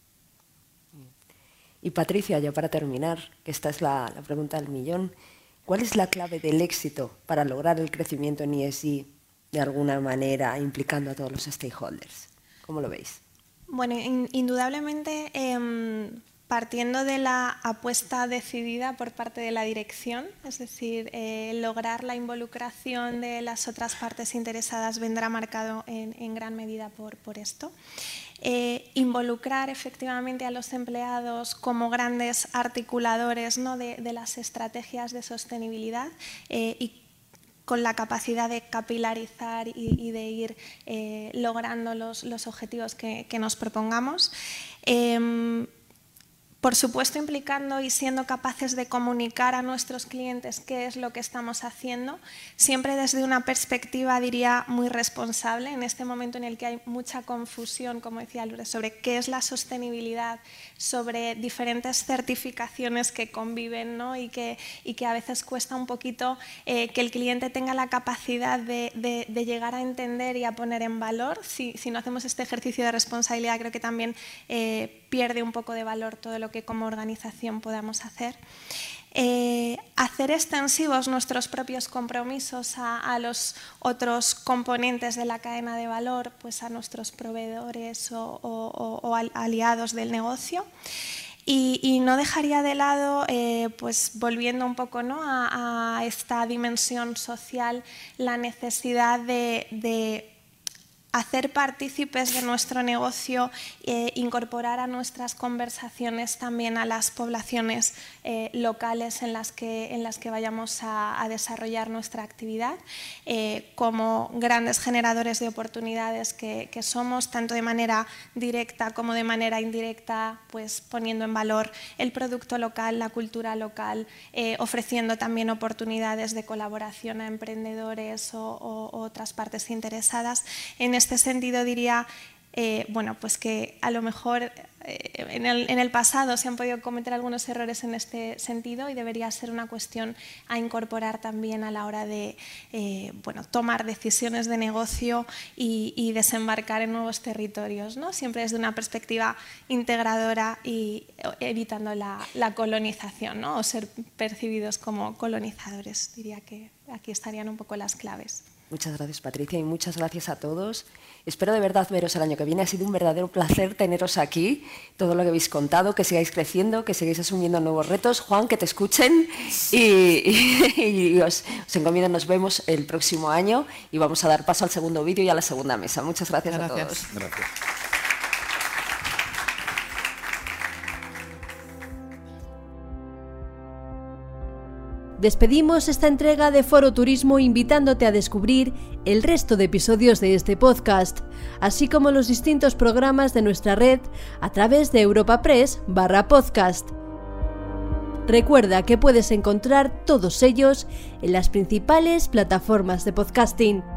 Y Patricia, ya para terminar, que esta es la, la pregunta del millón, ¿cuál es la clave del éxito para lograr el crecimiento en E S G de alguna manera implicando a todos los stakeholders? ¿Cómo lo veis? Bueno, in, indudablemente eh, partiendo de la apuesta decidida por parte de la dirección, es decir, eh, lograr la involucración de las otras partes interesadas vendrá marcado en, en gran medida por, por esto. Eh, involucrar efectivamente a los empleados como grandes articuladores, ¿no?, de, de las estrategias de sostenibilidad eh, y con la capacidad de capilarizar y, y de ir eh, logrando los, los objetivos que, que nos propongamos. Eh, Por supuesto, implicando y siendo capaces de comunicar a nuestros clientes qué es lo que estamos haciendo, siempre desde una perspectiva, diría, muy responsable, en este momento en el que hay mucha confusión, como decía Lourdes, sobre qué es la sostenibilidad, sobre diferentes certificaciones que conviven, ¿no?, y, que, y que a veces cuesta un poquito eh, que el cliente tenga la capacidad de, de, de llegar a entender y a poner en valor. Si, si no hacemos este ejercicio de responsabilidad, creo que también eh, pierde un poco de valor todo lo que que como organización podamos hacer. Eh, hacer extensivos nuestros propios compromisos a, a los otros componentes de la cadena de valor, pues a nuestros proveedores o, o, o aliados del negocio. Y, y no dejaría de lado, eh, pues volviendo un poco, ¿no?, a, a esta dimensión social, la necesidad de, de hacer partícipes de nuestro negocio, eh, incorporar a nuestras conversaciones también a las poblaciones eh, locales en las que, en las que vayamos a, a desarrollar nuestra actividad, eh, como grandes generadores de oportunidades que, que somos, tanto de manera directa como de manera indirecta, pues poniendo en valor el producto local, la cultura local, eh, ofreciendo también oportunidades de colaboración a emprendedores o, o, o otras partes interesadas. En este En este sentido diría, eh, bueno, pues que a lo mejor eh, en, el, en el pasado se han podido cometer algunos errores en este sentido y debería ser una cuestión a incorporar también a la hora de eh, bueno, tomar decisiones de negocio y, y desembarcar en nuevos territorios, ¿no?, siempre desde una perspectiva integradora y evitando la, la colonización, ¿no?, o ser percibidos como colonizadores. Diría que aquí estarían un poco las claves. Muchas gracias, Patricia, y muchas gracias a todos. Espero de verdad veros el año que viene. Ha sido un verdadero placer teneros aquí, todo lo que habéis contado, que sigáis creciendo, que sigáis asumiendo nuevos retos. Juan, que te escuchen y, y, y os, os encomiendo. Nos vemos el próximo año y vamos a dar paso al segundo vídeo y a la segunda mesa. Muchas gracias, gracias. a todos. Gracias. Despedimos esta entrega de Foro Turismo invitándote a descubrir el resto de episodios de este podcast, así como los distintos programas de nuestra red a través de europapress barra podcast. Recuerda que puedes encontrar todos ellos en las principales plataformas de podcasting.